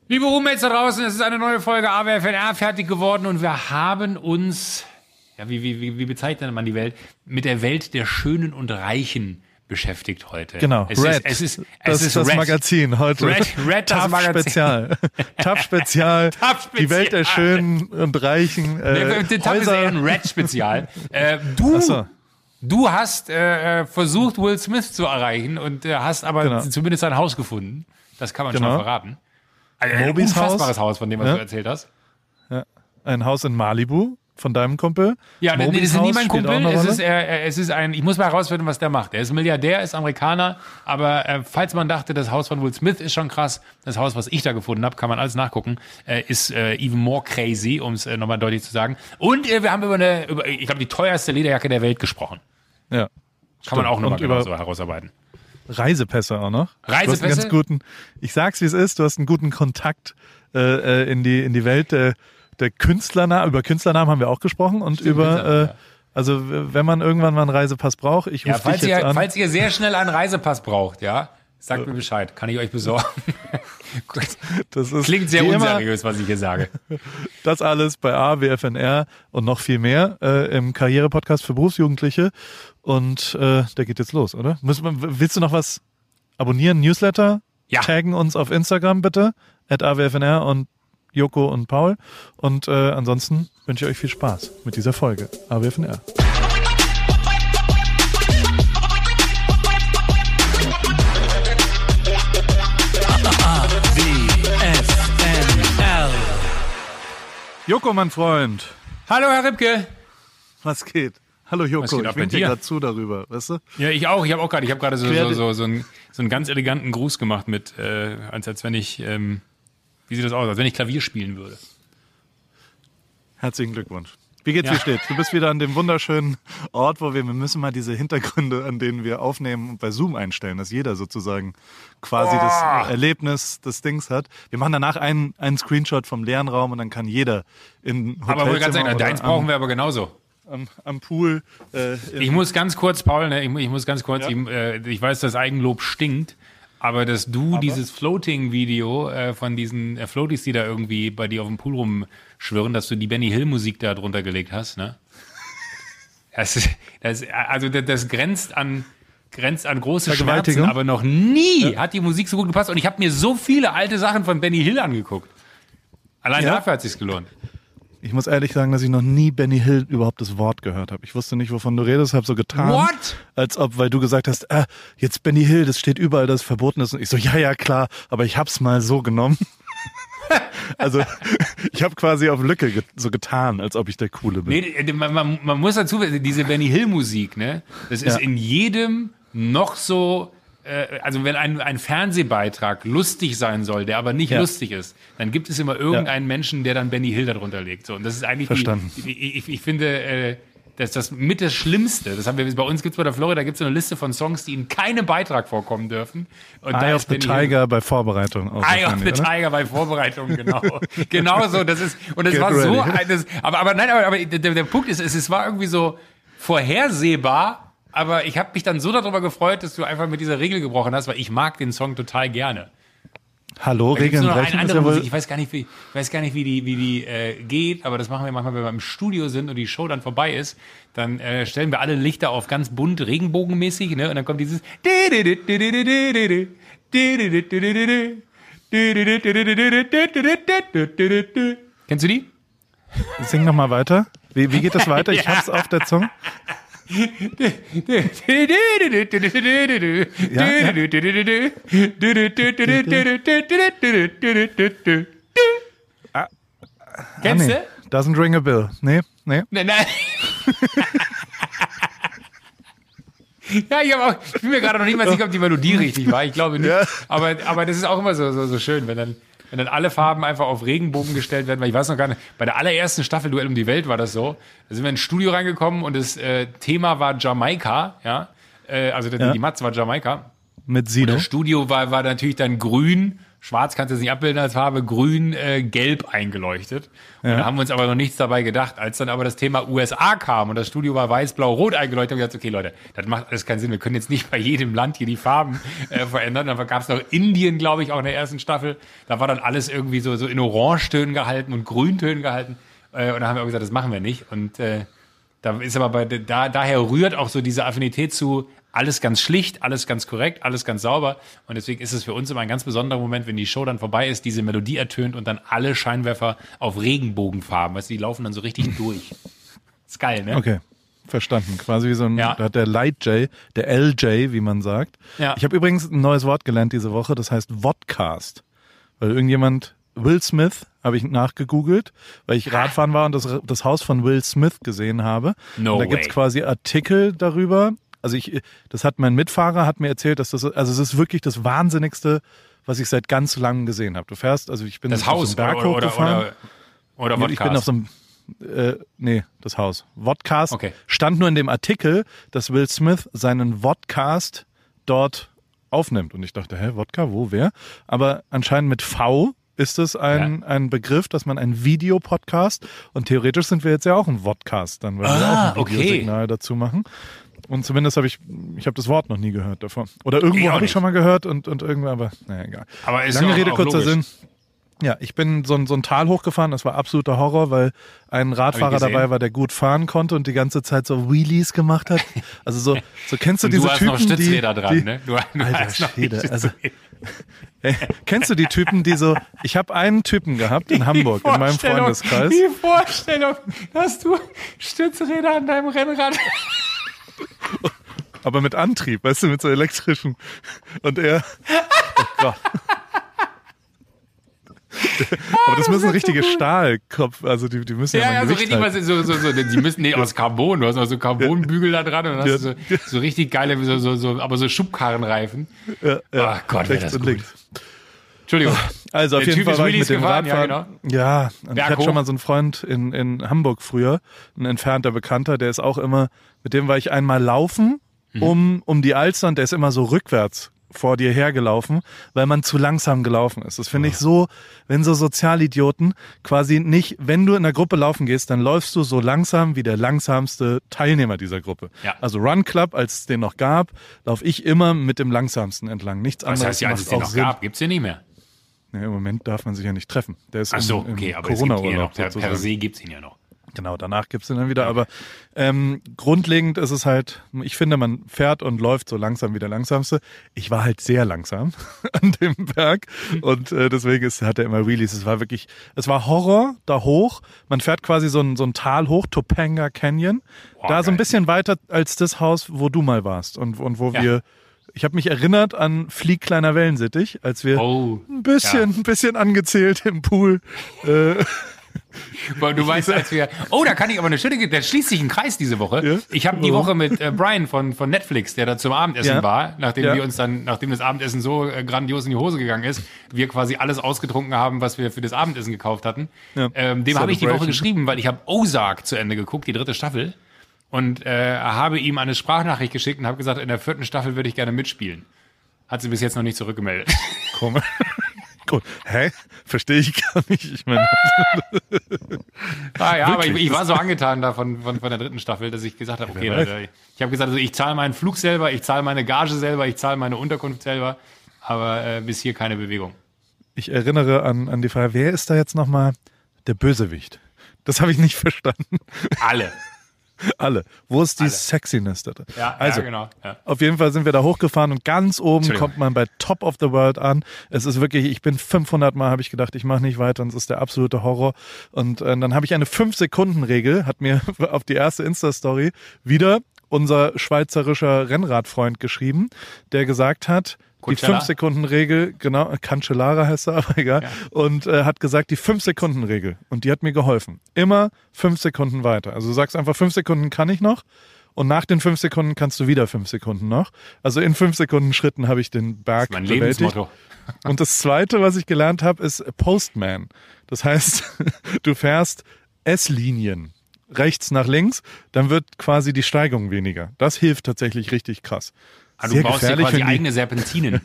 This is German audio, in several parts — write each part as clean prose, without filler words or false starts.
Liebe Roommates da draußen, es ist eine neue Folge AWFNR fertig geworden und wir haben uns, ja, wie bezeichnet man die Welt, mit der Welt der Schönen und Reichen beschäftigt heute. Genau, es ist das Red. Magazin heute. Red das Magazin. Spezial. TAF Spezial. Die Welt der Schönen und Reichen. TAF ist eher ein Red-Spezial. Du hast versucht, Will Smith zu erreichen und hast aber zumindest sein Haus gefunden. Das kann man schon verraten. Also ein unfassbares Haus, von dem, was du erzählt hast. Ja. Ein Haus in Malibu von deinem Kumpel. Ja, das ist nie mein Kumpel. Es ist ein, ich muss mal herausfinden, was der macht. Er ist Milliardär, ist Amerikaner, aber falls man dachte, das Haus von Will Smith ist schon krass, das Haus, was ich da gefunden habe, kann man alles nachgucken, ist even more crazy, um es nochmal deutlich zu sagen. Und wir haben über ich glaube, die teuerste Lederjacke der Welt gesprochen. Ja. Kann man auch nochmal genau so herausarbeiten. Reisepässe auch noch. Reisepässe? Du hast einen ganz guten, ich sag's wie es ist, du hast einen guten Kontakt in die Welt der Künstlernamen. Über Künstlernamen haben wir auch gesprochen und also wenn man irgendwann mal einen Reisepass braucht, ich rufe dich jetzt an. Falls ihr sehr schnell einen Reisepass braucht, ja, sagt mir Bescheid, kann ich euch besorgen. Das ist klingt sehr unseriös, was ich hier sage. Das alles bei AWFNR und noch viel mehr im Karriere-Podcast für Berufsjugendliche. Und der geht jetzt los, oder? Willst du noch was abonnieren? Newsletter? Ja. Taggen uns auf Instagram bitte, @AWFNR und Joko und Paul. Und ansonsten wünsche ich euch viel Spaß mit dieser Folge AWFNR. Joko, mein Freund. Hallo, Herr Ripke. Was geht? Hallo Joko, ich winke dir gerade zu darüber, weißt du? Ja, ich auch. Ich habe gerade so einen ganz eleganten Gruß gemacht mit, als wenn ich, wie sieht das aus? Als wenn ich Klavier spielen würde. Herzlichen Glückwunsch. Wie geht's, wie steht's? Du bist wieder an dem wunderschönen Ort, wo wir müssen mal diese Hintergründe, an denen wir aufnehmen, bei Zoom einstellen, dass jeder sozusagen quasi das Erlebnis des Dings hat. Wir machen danach einen Screenshot vom leeren Raum und dann kann jeder in Hotelzimmer. Aber ganz ehrlich, deins brauchen wir aber genauso. Am Pool. Ich muss ganz kurz, Paul, ich muss ganz kurz, ich weiß, dass Eigenlob stinkt, aber dass du dieses Floating-Video von diesen Floaties, die da irgendwie bei dir auf dem Pool rumschwirren, dass du die Benny Hill-Musik da drunter gelegt hast, ne? Das grenzt an große Schmerzen, aber noch nie hat die Musik so gut gepasst. Und ich habe mir so viele alte Sachen von Benny Hill angeguckt. Allein dafür hat es sich gelohnt. Ich muss ehrlich sagen, dass ich noch nie Benny Hill überhaupt das Wort gehört habe. Ich wusste nicht, wovon du redest, habe so getan, als ob, weil du gesagt hast, jetzt Benny Hill, das steht überall, dass es verboten ist. Und ich so, ja, klar, aber ich hab's mal so genommen. Also ich habe quasi auf Lücke so getan, als ob ich der Coole bin. Nee, man muss dazu wissen, diese Benny Hill Musik, ne, das ist in jedem noch so, also wenn ein Fernsehbeitrag lustig sein soll, der aber nicht lustig ist, dann gibt es immer irgendeinen Menschen, der dann Benny Hill darunter legt. So, und das ist eigentlich ich finde, das ist das mit das Schlimmste. Das haben wir bei uns, bei der Florida gibt es so eine Liste von Songs, die in keinem Beitrag vorkommen dürfen. Und Eye of the Tiger bei Vorbereitung. Eye of the Tiger bei Vorbereitung, genau. Genau so. Das ist, und das war so eines, aber der Punkt ist, es war irgendwie so vorhersehbar. Aber ich habe mich dann so darüber gefreut, dass du einfach mit dieser Regel gebrochen hast, weil ich mag den Song total gerne. Hallo, Regeln brechen ist ja wohl... Ich weiß gar nicht, wie die geht, aber das machen wir manchmal, wenn wir im Studio sind und die Show dann vorbei ist, dann stellen wir alle Lichter auf ganz bunt, regenbogenmäßig, ne? Und dann kommt dieses... Kennst du die? Sing noch mal weiter. Wie geht das weiter? Ich hab's auf der Zunge. Kennst du? Doesn't ring a bell. Nee. Nein. Ja, ich bin mir gerade noch nicht mal sicher, ob die Melodie richtig war. Ich glaube nicht. Ja. Aber das ist auch immer so schön, wenn dann alle Farben einfach auf Regenbogen gestellt werden, weil ich weiß noch gar nicht, bei der allerersten Staffel Duell um die Welt war das so. Da sind wir ins Studio reingekommen und das Thema war Jamaika, ja. Die Matz war Jamaika. Mit Sido. Und das Studio war natürlich dann grün, schwarz kannst du es nicht abbilden als Farbe, grün, gelb eingeleuchtet. Und da haben wir uns aber noch nichts dabei gedacht. Als dann aber das Thema USA kam und das Studio war weiß, blau, rot eingeleuchtet, haben wir gesagt, okay Leute, das macht alles keinen Sinn. Wir können jetzt nicht bei jedem Land hier die Farben verändern. Dann gab es noch Indien, glaube ich, auch in der ersten Staffel. Da war dann alles irgendwie so in Orangetönen gehalten und Grüntönen gehalten. Und da haben wir auch gesagt, das machen wir nicht. Und da ist aber daher rührt auch so diese Affinität zu alles ganz schlicht, alles ganz korrekt, alles ganz sauber. Und deswegen ist es für uns immer ein ganz besonderer Moment, wenn die Show dann vorbei ist, diese Melodie ertönt und dann alle Scheinwerfer auf Regenbogenfarben. Weißt du, die laufen dann so richtig durch. Ist geil, ne? Okay. Verstanden. Quasi wie so ein, da hat der Light J, der LJ, wie man sagt. Ja. Ich habe übrigens ein neues Wort gelernt diese Woche, das heißt Vodcast. Weil irgendjemand, Will Smith, habe ich nachgegoogelt, weil ich Radfahren war und das Haus von Will Smith gesehen habe. Und da gibt's quasi Artikel darüber. Also das hat mein Mitfahrer hat mir erzählt, dass es ist wirklich das Wahnsinnigste, was ich seit ganz langem gesehen habe. Du fährst, also ich bin das Haus auf so einen Berg hochgefahren. Oder Vodcast. Ich bin auf so einem das Haus. Vodcast stand nur in dem Artikel, dass Will Smith seinen Vodcast dort aufnimmt. Und ich dachte, Wodka, wo, wer? Aber anscheinend mit V ist es ein Begriff, dass man ein Videopodcast und theoretisch sind wir jetzt ja auch ein Vodcast, dann weil wir auch ein Videosignal dazu machen. Und zumindest habe ich das Wort noch nie gehört davon. Oder irgendwo habe ich schon mal gehört und irgendwo, aber naja, egal. Aber ist lange Rede, kurzer Sinn. Ja, ich bin so ein Tal hochgefahren, das war absoluter Horror, weil ein Radfahrer dabei war, der gut fahren konnte und die ganze Zeit so Wheelies gemacht hat. Also so kennst du diese Typen, du hast noch Stützräder dran, ne? Du Alter Schwede, also kennst du die Typen, die so, ich habe einen Typen gehabt in Hamburg, in meinem Freundeskreis. Die Vorstellung, dass du Stützräder an deinem Rennrad aber mit Antrieb, weißt du, mit so elektrischen. Und er, oh Gott. Aber das müssen richtige Stahlkopf, also die müssen ja so richtig halten. Die müssen aus Carbon, du hast noch so Carbonbügel da dran und dann hast du so richtig geile, aber so Schubkarrenreifen. Ja, oh Gott, wäre das gut. Links. Entschuldigung. Also auf jeden Fall war ich mit dem Radfahren. Ja, genau. Ja, und ich hatte schon mal so einen Freund in Hamburg früher, ein entfernter Bekannter, der ist auch immer, mit dem war ich einmal laufen um die Alster und der ist immer so rückwärts vor dir hergelaufen, weil man zu langsam gelaufen ist. Das finde ich so, wenn so Sozialidioten quasi nicht, wenn du in einer Gruppe laufen gehst, dann läufst du so langsam wie der langsamste Teilnehmer dieser Gruppe. Ja. Also Run Club, als es den noch gab, laufe ich immer mit dem langsamsten entlang. Nichts anderes. Das heißt ja, als es den noch gab, gibt's den nicht mehr. Ja, im Moment darf man sich ja nicht treffen. Der ist aber Corona-Urlaub. Per se gibt's ihn ja noch. Genau, danach gibt's den dann wieder. Aber grundlegend ist es halt, ich finde, man fährt und läuft so langsam wie der Langsamste. Ich war halt sehr langsam an dem Berg und deswegen hat er immer Wheelies. Es war Horror da hoch. Man fährt quasi so ein Tal hoch, Topanga Canyon. Boah, da so ein bisschen weiter als das Haus, wo du mal warst und wo wir... Ich habe mich erinnert an Flieg kleiner Wellensittich, als wir ein bisschen angezählt im Pool. Du weißt, als wir... Oh, da kann ich aber eine schöne... Da schließt sich ein Kreis diese Woche. Ja? Ich habe die Woche mit Brian von Netflix, der da zum Abendessen war, nachdem das Abendessen so grandios in die Hose gegangen ist, wir quasi alles ausgetrunken haben, was wir für das Abendessen gekauft hatten. Ja. Dem habe ich die Woche geschrieben, weil ich habe Ozark zu Ende geguckt, die 3. Staffel. Und habe ihm eine Sprachnachricht geschickt und habe gesagt, in der 4. Staffel würde ich gerne mitspielen. Hat sie bis jetzt noch nicht zurückgemeldet. Komisch. Cool. Hä? Verstehe ich gar nicht. Ich meine. Aber ich war so angetan da von der 3. Staffel, dass ich gesagt habe, okay, ich habe gesagt, also ich zahle meinen Flug selber, ich zahle meine Gage selber, ich zahle meine Unterkunft selber, aber bis hier keine Bewegung. Ich erinnere an die Frage, wer ist da jetzt nochmal der Bösewicht? Das habe ich nicht verstanden. Alle. Wo ist die Sexiness da? Ja, also, genau. Ja. Auf jeden Fall sind wir da hochgefahren und ganz oben kommt man bei Top of the World an. Es ist wirklich, ich bin 500 Mal, habe ich gedacht, ich mache nicht weiter und es ist der absolute Horror. Und dann habe ich eine 5-Sekunden-Regel, hat mir auf die erste Insta-Story wieder unser schweizerischer Rennradfreund geschrieben, der gesagt hat, die 5-Sekunden-Regel, genau, Cancellara heißt er, aber egal, ja. Und hat gesagt, die 5-Sekunden-Regel. Und die hat mir geholfen. Immer 5 Sekunden weiter. Also du sagst einfach, 5 Sekunden kann ich noch und nach den 5 Sekunden kannst du wieder 5 Sekunden noch. Also in 5 Sekunden Schritten habe ich den Berg bewältigt. Das ist mein Lebensmotto. Und das Zweite, was ich gelernt habe, ist Postman. Das heißt, du fährst S-Linien. Rechts nach links, dann wird quasi die Steigung weniger. Das hilft tatsächlich richtig krass. Also du baust dir quasi eigene Serpentinen.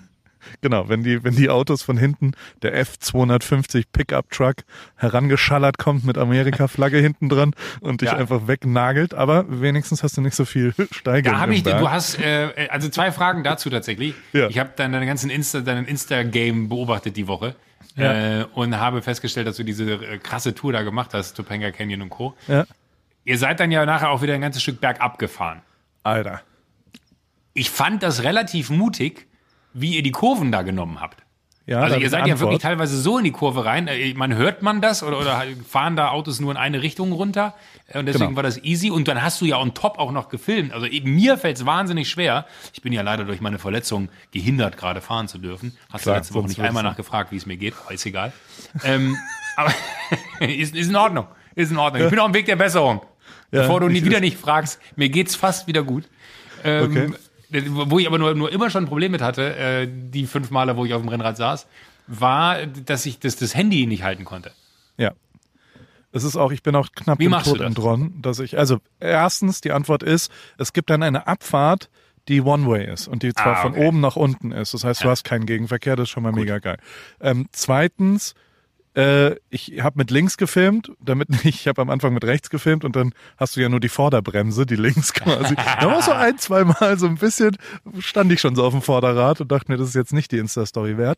Genau, wenn die Autos von hinten, der F250 Pickup-Truck herangeschallert kommt mit Amerika-Flagge hinten dran und dich einfach wegnagelt, aber wenigstens hast du nicht so viel Steigerung. Du hast, also 2 Fragen dazu tatsächlich. Ja. Ich habe deinen ganzen Insta-Game beobachtet die Woche und habe festgestellt, dass du diese krasse Tour da gemacht hast, Topanga Canyon und Co. Ja. Ihr seid dann ja nachher auch wieder ein ganzes Stück bergab gefahren. Alter. Ich fand das relativ mutig, wie ihr die Kurven da genommen habt. Ja, also ihr seid ja wirklich teilweise so in die Kurve rein. Hört man das oder fahren da Autos nur in eine Richtung runter? Und deswegen war das easy. Und dann hast du ja on top auch noch gefilmt. Also mir fällt es wahnsinnig schwer. Ich bin ja leider durch meine Verletzung gehindert, gerade fahren zu dürfen. Hast du letzte Woche nicht einmal nachgefragt, wie es mir geht. Aber ist egal. Aber ist in Ordnung. Ist in Ordnung. Ich bin auf dem Weg der Besserung. Ja, bevor du wieder nicht fragst, mir geht's fast wieder gut. Okay. Wo ich aber nur immer schon ein Problem mit hatte, die 5 Male, wo ich auf dem Rennrad saß, war, dass ich das Handy nicht halten konnte. Ja. Es ist auch, ich bin auch knapp im Tod entronnen, also erstens, die Antwort ist, es gibt dann eine Abfahrt, die One-Way ist und die zwar von oben nach unten ist. Das heißt, du hast keinen Gegenverkehr, das ist schon mal mega geil. Zweitens, ich habe mit links gefilmt, ich habe am Anfang mit rechts gefilmt und dann hast du ja nur die Vorderbremse, die links quasi. Da war so 1-2 Mal so ein bisschen, stand ich schon so auf dem Vorderrad und dachte mir, das ist jetzt nicht die Insta-Story wert.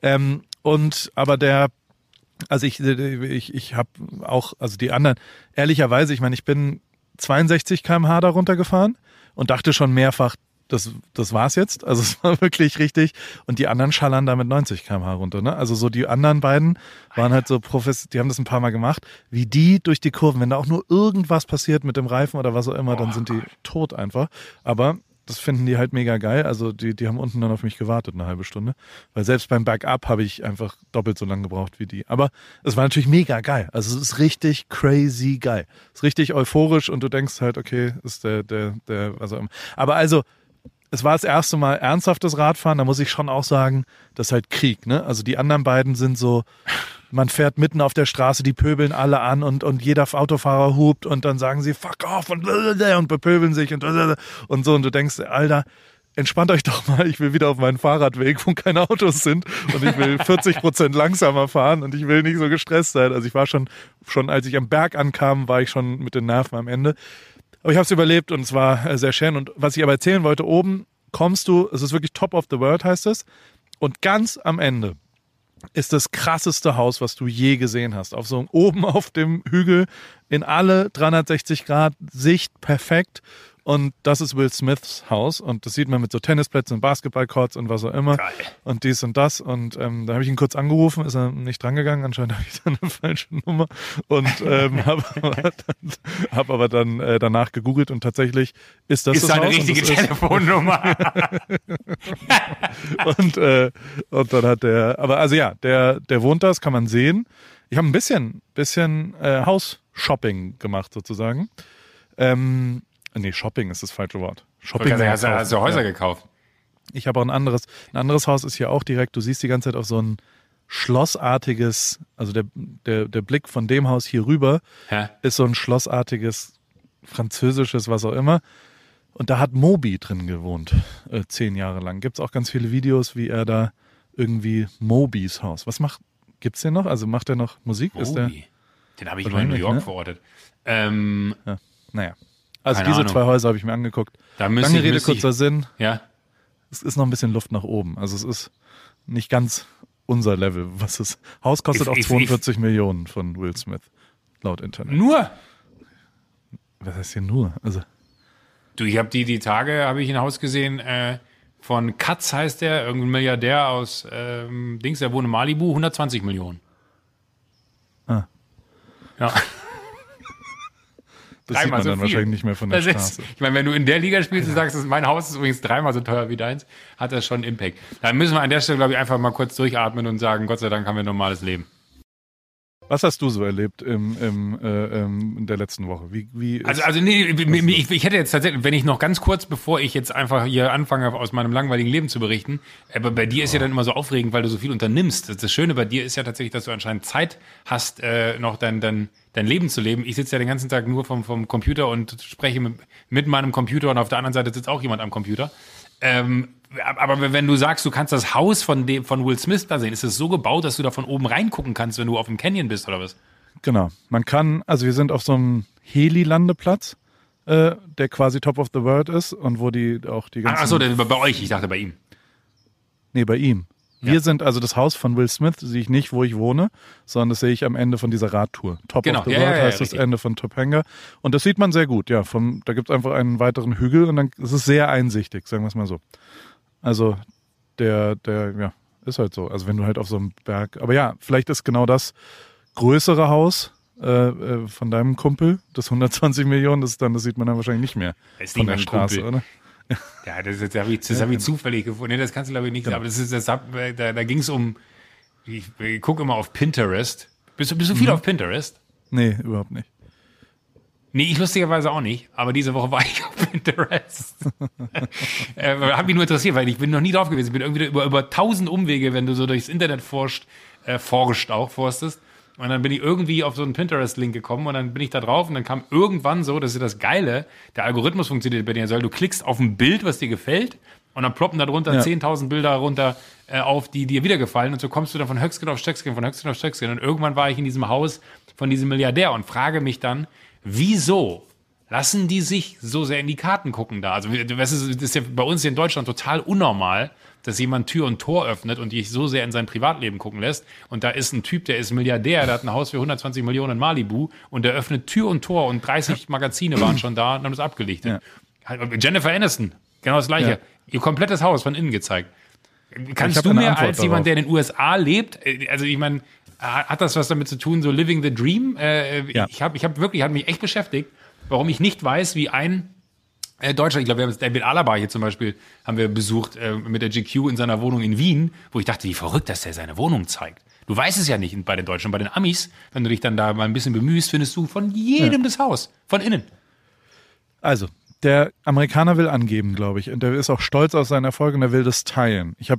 Ich habe auch, also die anderen, ehrlicherweise, ich meine, ich bin 62 km/h da runtergefahren und dachte schon mehrfach, das war's jetzt. Also es war wirklich richtig. Und die anderen schallern da mit 90 km/h runter. Ne? Also so die anderen beiden waren halt so die haben das ein paar Mal gemacht. Wie die durch die Kurven, wenn da auch nur irgendwas passiert mit dem Reifen oder was auch immer, dann sind die tot einfach. Aber das finden die halt mega geil. Also die haben unten dann auf mich gewartet, eine halbe Stunde. Weil selbst beim Bergab habe ich einfach doppelt so lange gebraucht wie die. Aber es war natürlich mega geil. Also es ist richtig crazy geil. Es ist richtig euphorisch und du denkst halt, okay, ist der was auch immer. Aber also, es war das erste Mal ernsthaftes Radfahren, da muss ich schon auch sagen, das ist halt Krieg, ne? Also die anderen beiden sind so, man fährt mitten auf der Straße, die pöbeln alle an und jeder Autofahrer hupt und dann sagen sie fuck off und bepöbeln sich und so und du denkst, Alter, entspannt euch doch mal, ich will wieder auf meinen Fahrradweg, wo keine Autos sind und ich will 40% langsamer fahren und ich will nicht so gestresst sein. Also ich war schon als ich am Berg ankam, war ich schon mit den Nerven am Ende. Aber ich habe es überlebt und es war sehr schön. Und was ich aber erzählen wollte, oben kommst du, es ist wirklich top of the world, heißt es. Und ganz am Ende ist das krasseste Haus, was du je gesehen hast. Oben auf dem Hügel in alle 360 Grad Sicht perfekt. Und das ist Will Smiths Haus und das sieht man mit so Tennisplätzen und Basketballcourts und was auch immer. Geil. Und dies und das. Und da habe ich ihn kurz angerufen, ist er nicht drangegangen. Anscheinend habe ich dann eine falsche Nummer. Und habe aber dann danach gegoogelt und tatsächlich ist das seine Haus. Richtige Telefonnummer. und dann hat der wohnt da, das kann man sehen. Ich habe ein bisschen House-Shopping gemacht sozusagen. Nee, Shopping ist das falsche Wort. Shopping. Hast du Häuser gekauft? Ich habe auch ein anderes Haus ist hier auch direkt, du siehst die ganze Zeit auf so ein schlossartiges, also der Blick von dem Haus hier rüber ist so ein schlossartiges, französisches, was auch immer. Und da hat Moby drin gewohnt, 10 Jahre lang. Gibt's auch ganz viele Videos, wie er da irgendwie Mobys Haus. Gibt's den noch? Also macht er noch Musik? Moby. Den habe ich nur in New York verortet. Naja. Also diese 2 Häuser habe ich mir angeguckt. Lange Rede, kurzer Sinn. Ja. Es ist noch ein bisschen Luft nach oben. Also es ist nicht ganz unser Level. Haus kostet auch 42 Millionen von Will Smith, laut Internet. Nur? Was heißt hier nur? Also du, ich habe die Tage habe ich ein Haus gesehen von Katz heißt der, irgendein Milliardär aus der wohnt in Malibu, 120 Millionen. Ja. Das sieht man dann wahrscheinlich nicht mehr von der Straße. Ich meine, wenn du in der Liga spielst und sagst, mein Haus ist übrigens 3-mal so teuer wie deins, hat das schon Impact. Da müssen wir an der Stelle, glaube ich, einfach mal kurz durchatmen und sagen, Gott sei Dank haben wir ein normales Leben. Was hast du so erlebt in der letzten Woche? Ich hätte jetzt tatsächlich, wenn ich noch ganz kurz, bevor ich jetzt einfach hier anfange, aus meinem langweiligen Leben zu berichten, aber bei dir ist ja dann immer so aufregend, weil du so viel unternimmst. Das Schöne bei dir ist ja tatsächlich, dass du anscheinend Zeit hast, noch dein Leben zu leben. Ich sitze ja den ganzen Tag nur vom Computer und spreche mit meinem Computer und auf der anderen Seite sitzt auch jemand am Computer. Aber wenn du sagst, du kannst das Haus von Will Smith da sehen, ist es so gebaut, dass du da von oben reingucken kannst, wenn du auf dem Canyon bist, oder was? Genau. Man kann, also wir sind auf so einem Heli-Landeplatz, der quasi Top of the World ist und wo die ganzen... Achso, bei euch, ich dachte bei ihm. Nee, bei ihm. Wir sind also das Haus von Will Smith, sehe ich nicht, wo ich wohne, sondern das sehe ich am Ende von dieser Radtour. Top of the World heißt das Ende von Topanga. Und das sieht man sehr gut, ja. Da gibt es einfach einen weiteren Hügel und dann ist es sehr einsichtig, sagen wir es mal so. Also der ist halt so. Also wenn du halt auf so einem Berg, aber ja, vielleicht ist genau das größere Haus von deinem Kumpel, das 120 Millionen, das sieht man dann wahrscheinlich nicht mehr von der Straße, Kumpel. Oder? Ja, das habe ich zufällig gefunden. Nee, das kannst du glaube ich nicht sagen. Aber da ging es um, ich gucke immer auf Pinterest. Bist du viel auf Pinterest? Nee, überhaupt nicht. Nee, ich lustigerweise auch nicht. Aber diese Woche war ich auf Pinterest. Hat mich nur interessiert, weil ich bin noch nie drauf gewesen. Ich bin irgendwie über 1000 Umwege, wenn du so durchs Internet forstest. Und dann bin ich irgendwie auf so einen Pinterest-Link gekommen und dann bin ich da drauf und dann kam irgendwann so, das ist das Geile, der Algorithmus funktioniert bei dir so, du klickst auf ein Bild, was dir gefällt und dann ploppen da drunter 10.000 Bilder runter auf, die dir wieder gefallen und so kommst du dann von Höchstgen auf Stöcksken und irgendwann war ich in diesem Haus von diesem Milliardär und frage mich dann, wieso lassen die sich so sehr in die Karten gucken da? Also das ist ja bei uns hier in Deutschland total unnormal, dass jemand Tür und Tor öffnet und dich so sehr in sein Privatleben gucken lässt. Und da ist ein Typ, der ist Milliardär, der hat ein Haus für 120 Millionen in Malibu und der öffnet Tür und Tor und 30 Magazine waren schon da und haben das abgelichtet. Ja. Jennifer Aniston, genau das Gleiche. Ja. Ihr komplettes Haus von innen gezeigt. Kannst du mir als jemand, der in den USA lebt, also ich meine, hat das was damit zu tun, so living the dream? Ich habe hat mich echt beschäftigt, warum ich nicht weiß, wie ein Deutschland, ich glaube, wir haben David Alaba hier zum Beispiel, haben wir besucht mit der GQ in seiner Wohnung in Wien, wo ich dachte, wie verrückt, dass der seine Wohnung zeigt. Du weißt es ja nicht bei den Deutschen, bei den Amis, wenn du dich dann da mal ein bisschen bemühst, findest du von jedem das Haus, von innen. Also, der Amerikaner will angeben, glaube ich. Und der ist auch stolz auf seinen Erfolg und er will das teilen. Ich habe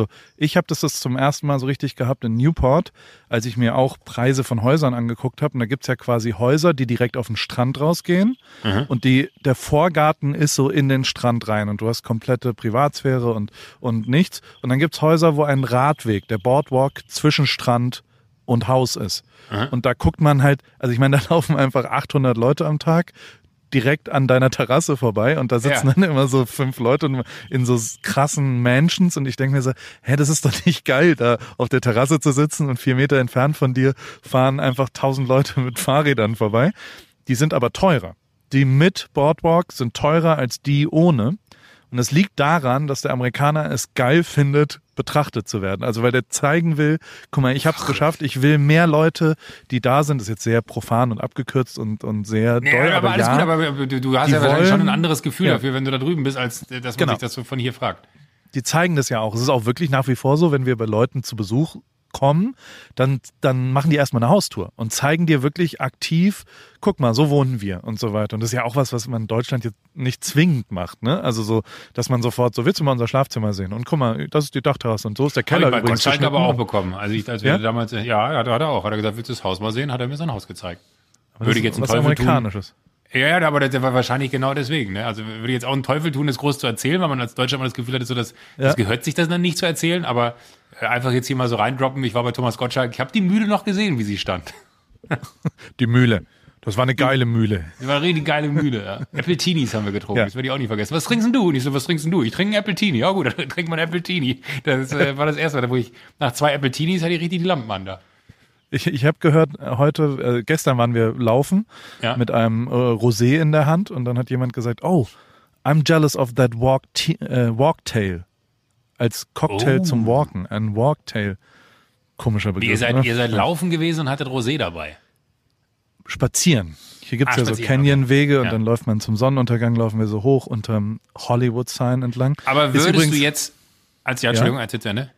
das zum ersten Mal so richtig gehabt in Newport, als ich mir auch Preise von Häusern angeguckt habe. Und da gibt's ja quasi Häuser, die direkt auf den Strand rausgehen. Mhm. Und der Vorgarten ist so in den Strand rein. Und du hast komplette Privatsphäre und nichts. Und dann gibt's Häuser, wo ein Radweg, der Boardwalk zwischen Strand und Haus ist. Mhm. Und da guckt man halt, also ich meine, da laufen einfach 800 Leute am Tag direkt an deiner Terrasse vorbei und da sitzen dann immer so 5 Leute in so krassen Mansions und ich denke mir so, das ist doch nicht geil, da auf der Terrasse zu sitzen und 4 Meter entfernt von dir fahren einfach 1000 Leute mit Fahrrädern vorbei. Die sind aber teurer. Die mit Boardwalk sind teurer als die ohne. Und es liegt daran, dass der Amerikaner es geil findet, betrachtet zu werden. Also weil der zeigen will, guck mal, ich habe es geschafft, ich will mehr Leute, die da sind, das ist jetzt sehr profan und abgekürzt und sehr doll. Aber alles gut, aber du hast ja wahrscheinlich schon ein anderes Gefühl dafür, wenn du da drüben bist, als dass man sich das so von hier fragt. Die zeigen das ja auch. Es ist auch wirklich nach wie vor so, wenn wir bei Leuten zu Besuch kommen, dann machen die erstmal eine Haustour und zeigen dir wirklich aktiv, guck mal, so wohnen wir und so weiter. Und das ist ja auch was man in Deutschland jetzt nicht zwingend macht, ne? Also so, dass man sofort so, willst du mal unser Schlafzimmer sehen? Und guck mal, das ist die Dachterrasse und so ist der Keller übrigens. Gottschalk aber auch bekommen. Also als wir damals, hat er auch. Hat er gesagt, willst du das Haus mal sehen? Hat er mir sein Haus gezeigt. Würde ich jetzt einen Teufel Amerikanisches. Tun. Ja, aber das war wahrscheinlich genau deswegen. Ne? Also würde ich jetzt auch einen Teufel tun, das groß zu erzählen, weil man als Deutscher immer das Gefühl hat, so, das gehört sich das dann nicht zu erzählen, aber einfach jetzt hier mal so reindroppen. Ich war bei Thomas Gottschalk, ich habe die Mühle noch gesehen, wie sie stand. Die Mühle. Das war eine geile Mühle. Das war eine richtig geile Mühle, ja. Apple-Teenies haben wir getrunken, das werde ich auch nicht vergessen. Was trinkst denn du? Und ich so, was trinkst denn du? Ich trinke einen Apple-Teenie. Ja gut, dann trinkt man einen Apple-Teenie. Das war das erste Mal, wo ich nach 2 Apple-Teenies hatte ich richtig die Lampen an da. Ich habe gehört, gestern waren wir laufen mit einem Rosé in der Hand und dann hat jemand gesagt, oh, I'm jealous of that Walktail. Als Cocktail zum Walken. Ein Walktail. Komischer Begriff. Ihr seid laufen gewesen und hattet Rosé dabei? Spazieren. Hier gibt's ja so Canyon-Wege und dann läuft man zum Sonnenuntergang, laufen wir so hoch unterm Hollywood-Sign entlang. Aber würdest du jetzt, Entschuldigung, als Ende?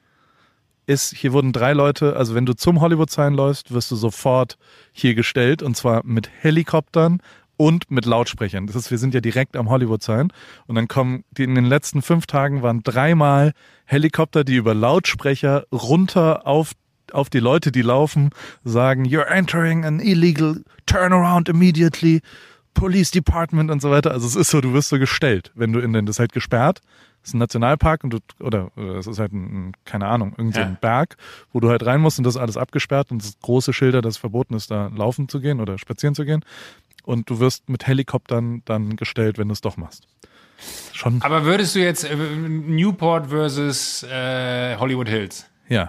Hier wurden 3 Leute, also wenn du zum Hollywood-Sign läufst, wirst du sofort hier gestellt und zwar mit Helikoptern und mit Lautsprechern. Wir sind ja direkt am Hollywood-Sign und dann kommen, in den letzten 5 Tagen waren 3-mal Helikopter, die über Lautsprecher runter auf die Leute, die laufen, sagen, you're entering an illegal turnaround immediately. Police Department und so weiter. Also es ist so, du wirst so gestellt, wenn du das ist halt gesperrt. Das ist ein Nationalpark und es ist halt keine Ahnung, irgendein Berg, wo du halt rein musst und das ist alles abgesperrt und es ist große Schilder, dass es verboten ist, da laufen zu gehen oder spazieren zu gehen. Und du wirst mit Helikoptern dann gestellt, wenn du es doch machst. Schon. Aber würdest du jetzt Newport versus Hollywood Hills? Ja.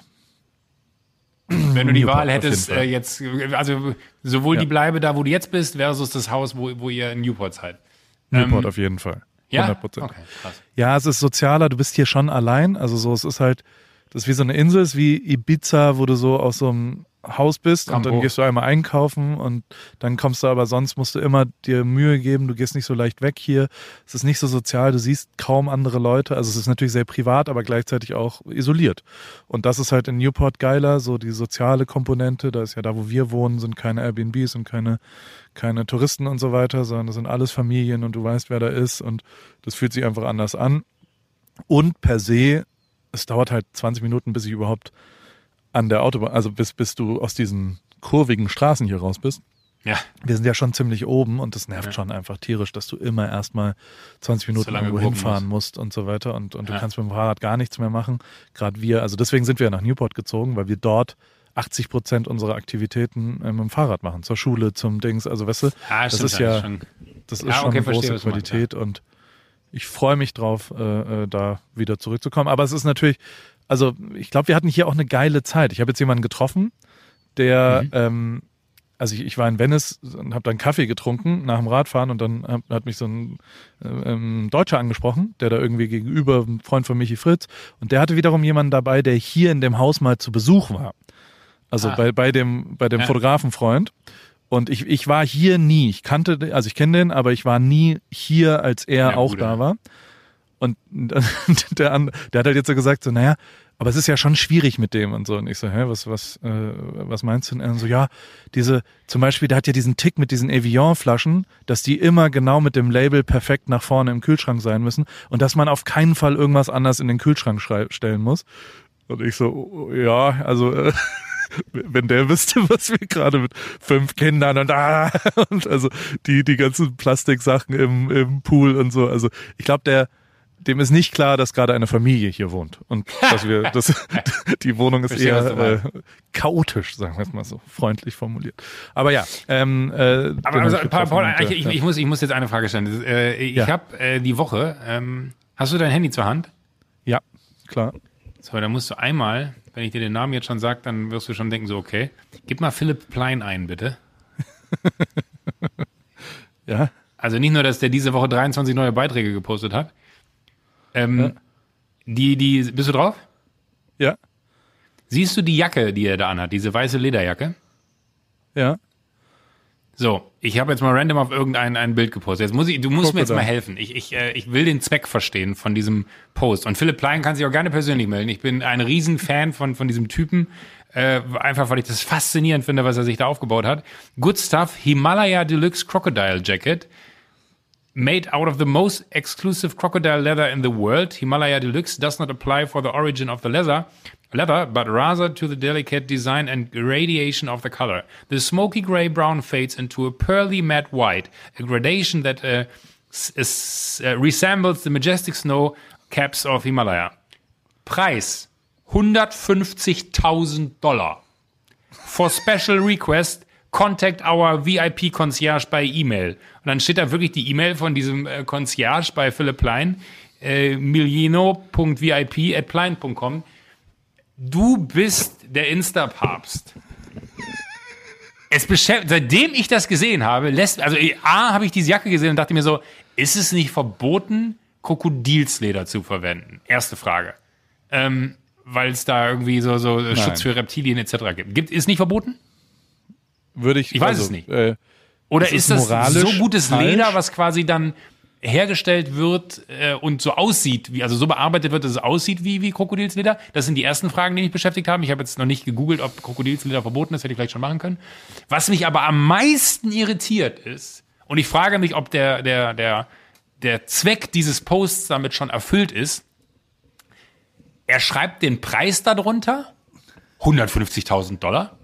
Wenn du die Wahl hättest, jetzt, also sowohl die Bleibe da, wo du jetzt bist, versus das Haus, wo ihr in Newport seid. Newport auf jeden Fall. 100%. Ja? Okay, krass. Ja, es ist sozialer, du bist hier schon allein. Also so, es ist halt, das ist wie so eine Insel, es ist wie Ibiza, wo du so aus so einem Haus bist und dann gehst du einmal einkaufen und dann kommst du aber, sonst musst du immer dir Mühe geben, du gehst nicht so leicht weg hier. Es ist nicht so sozial, du siehst kaum andere Leute. Also es ist natürlich sehr privat, aber gleichzeitig auch isoliert. Und das ist halt in Newport geiler, so die soziale Komponente. Da ist ja da, wo wir wohnen, sind keine Airbnbs und keine Touristen und so weiter, sondern das sind alles Familien und du weißt, wer da ist und das fühlt sich einfach anders an. Und per se, es dauert halt 20 Minuten, bis ich überhaupt an der Autobahn, also bis du aus diesen kurvigen Straßen hier raus bist. Ja. Wir sind ja schon ziemlich oben und das nervt schon einfach tierisch, dass du immer erstmal 20 Minuten irgendwo hinfahren musst und so weiter und du kannst mit dem Fahrrad gar nichts mehr machen. Gerade wir, also deswegen sind wir nach Newport gezogen, weil wir dort 80% unserer Aktivitäten mit dem Fahrrad machen, zur Schule, zum Dings, also weißt du, das ist ja schon eine große Qualität und ich freue mich drauf, da wieder zurückzukommen. Aber es ist natürlich, also ich glaube, wir hatten hier auch eine geile Zeit. Ich habe jetzt jemanden getroffen, der, also ich war in Venice und habe dann Kaffee getrunken nach dem Radfahren und dann hat mich so ein Deutscher angesprochen, der da irgendwie gegenüber, ein Freund von Michi Fritz, und der hatte wiederum jemanden dabei, der hier in dem Haus mal zu Besuch war. Also bei dem Fotografenfreund. Und ich war hier nie. Ich kenne den, aber ich war nie hier, als er auch da war. Und der hat halt jetzt so gesagt, so, naja, aber es ist ja schon schwierig mit dem und so. Und ich so, was meinst du? Und er so, ja, zum Beispiel, der hat ja diesen Tick mit diesen Evian-Flaschen, dass die immer genau mit dem Label perfekt nach vorne im Kühlschrank sein müssen und dass man auf keinen Fall irgendwas anders in den Kühlschrank stellen muss. Und ich so, ja, also wenn der wüsste, was wir gerade mit 5 Kindern und also die ganzen Plastiksachen im Pool und so. Also ich glaube, dem ist nicht klar, dass gerade eine Familie hier wohnt und die Wohnung ist eher chaotisch, sagen wir es mal so, freundlich formuliert. Aber ja. Paul, ich muss jetzt eine Frage stellen. Ich habe die Woche, hast du dein Handy zur Hand? Ja, klar. So, dann musst du einmal, wenn ich dir den Namen jetzt schon sage, dann wirst du schon denken, so okay, gib mal Philipp Plein ein, bitte. Ja. Also nicht nur, dass der diese Woche 23 neue Beiträge gepostet hat. Bist du drauf? Ja. Siehst du die Jacke, die er da anhat, diese weiße Lederjacke? Ja. So, ich habe jetzt mal random auf ein Bild gepostet. Du musst mir jetzt mal helfen. Ich will den Zweck verstehen von diesem Post. Und Philipp Plein kann sich auch gerne persönlich melden. Ich bin ein Riesenfan von diesem Typen. Einfach, weil ich das faszinierend finde, was er sich da aufgebaut hat. Good Stuff, Himalaya Deluxe Crocodile Jacket. Made out of the most exclusive crocodile leather in the world, Himalaya Deluxe does not apply for the origin of the leather, but rather to the delicate design and gradation of the color. The smoky gray-brown fades into a pearly matte white, a gradation that resembles the majestic snow caps of Himalaya. Preis $150.000. For special request, contact our VIP Concierge by email. Und dann steht da wirklich die E-Mail von diesem Concierge bei Philipp Plein, milieno.vip@plein.com. Du bist der Insta-Papst. Seitdem ich das gesehen habe, habe ich diese Jacke gesehen und dachte mir so, ist es nicht verboten, Krokodilsleder zu verwenden? Erste Frage. Weil es da irgendwie so Schutz für Reptilien etc. gibt. Ist nicht verboten? Ich weiß es nicht. Oder ist das so gutes Leder, was quasi dann hergestellt wird und so aussieht, so bearbeitet wird, dass es aussieht wie Krokodilsleder? Das sind die ersten Fragen, die mich beschäftigt haben. Ich habe jetzt noch nicht gegoogelt, ob Krokodilsleder verboten ist, hätte ich vielleicht schon machen können. Was mich aber am meisten irritiert ist, und ich frage mich, ob der Zweck dieses Posts damit schon erfüllt ist, er schreibt den Preis darunter, $150.000.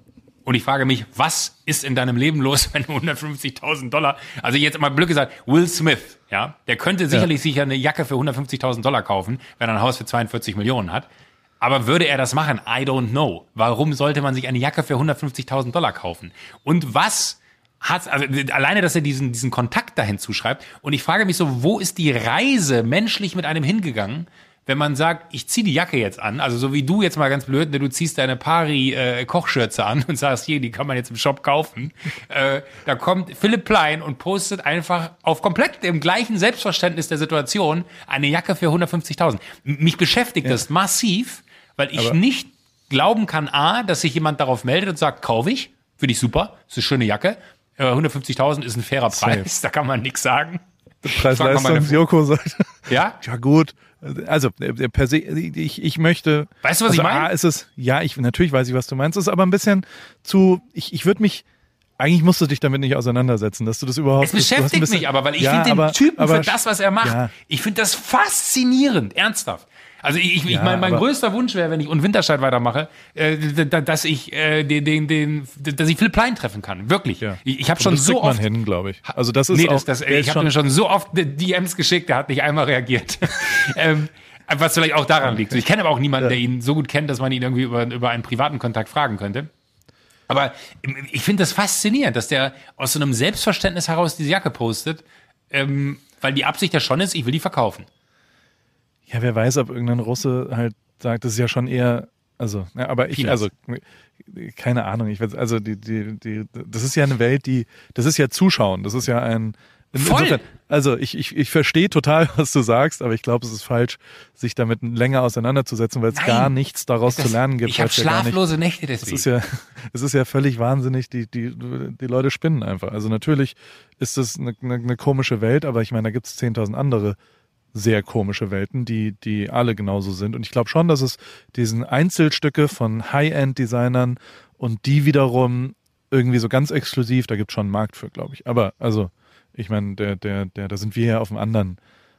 Und ich frage mich, was ist in deinem Leben los, wenn du $150.000, also jetzt mal blöd gesagt, Will Smith, ja, der könnte sicherlich sich eine Jacke für $150.000 kaufen, wenn er ein Haus für 42 Millionen hat. Aber würde er das machen? I don't know. Warum sollte man sich eine Jacke für $150.000 kaufen? Und was hat, also alleine, dass er diesen Kontakt dahin zuschreibt. Und ich frage mich so, wo ist die Reise menschlich mit einem hingegangen, wenn man sagt, ich ziehe die Jacke jetzt an, also so wie du jetzt mal ganz blöd, du ziehst deine Pari-Kochschürze an und sagst, hier, die kann man jetzt im Shop kaufen. Da kommt Philipp Plein und postet einfach auf komplett dem gleichen Selbstverständnis der Situation eine Jacke für 150.000. Mich beschäftigt das massiv, weil ich nicht glauben kann, dass sich jemand darauf meldet und sagt, kaufe ich, finde ich super, ist eine schöne Jacke, 150.000 ist ein fairer Preis, da kann man nichts sagen. Preis-Leistung, Joko sagt. Ja? Ja, gut. Also, per se, ich möchte. Weißt du, was ich meine? Natürlich weiß ich, was du meinst. Es ist aber ein bisschen ich würde mich, eigentlich musst du dich damit nicht auseinandersetzen, dass du das überhaupt. Es beschäftigt mich aber, weil ich finde den Typen für das, was er macht, ich finde das faszinierend, ernsthaft. Also mein größter Wunsch wäre, wenn ich und Winterscheid weitermache, dass ich Philipp Plein treffen kann. Wirklich. Ja. Ich habe schon so oft hin, glaube ich. Also das ist ich habe mir schon so oft DMs geschickt, der hat nicht einmal reagiert. Was vielleicht auch daran liegt. Ich kenne aber auch niemanden, der ihn so gut kennt, dass man ihn irgendwie über einen privaten Kontakt fragen könnte. Aber ich finde das faszinierend, dass der aus so einem Selbstverständnis heraus diese Jacke postet, weil die Absicht ja schon ist, ich will die verkaufen. Ja, wer weiß, ob irgendein Russe halt sagt, das ist ja schon eher, keine Ahnung, das ist ja eine Welt, das ist ja Zuschauen, das ist ja insofern, also ich verstehe total, was du sagst, aber ich glaube, es ist falsch, sich damit länger auseinanderzusetzen, weil es gar nichts daraus zu lernen gibt. Ich habe schlaflose Nächte deswegen. Es ist ja völlig wahnsinnig, die Leute spinnen einfach. Also natürlich ist das eine komische Welt, aber ich meine, da gibt es 10.000 andere sehr komische Welten, die alle genauso sind. Und ich glaube schon, dass es diesen Einzelstücke von High-End-Designern und die wiederum irgendwie so ganz exklusiv, da gibt es schon einen Markt für, glaube ich. Aber also, ich meine, da sind wir ja auf einem anderen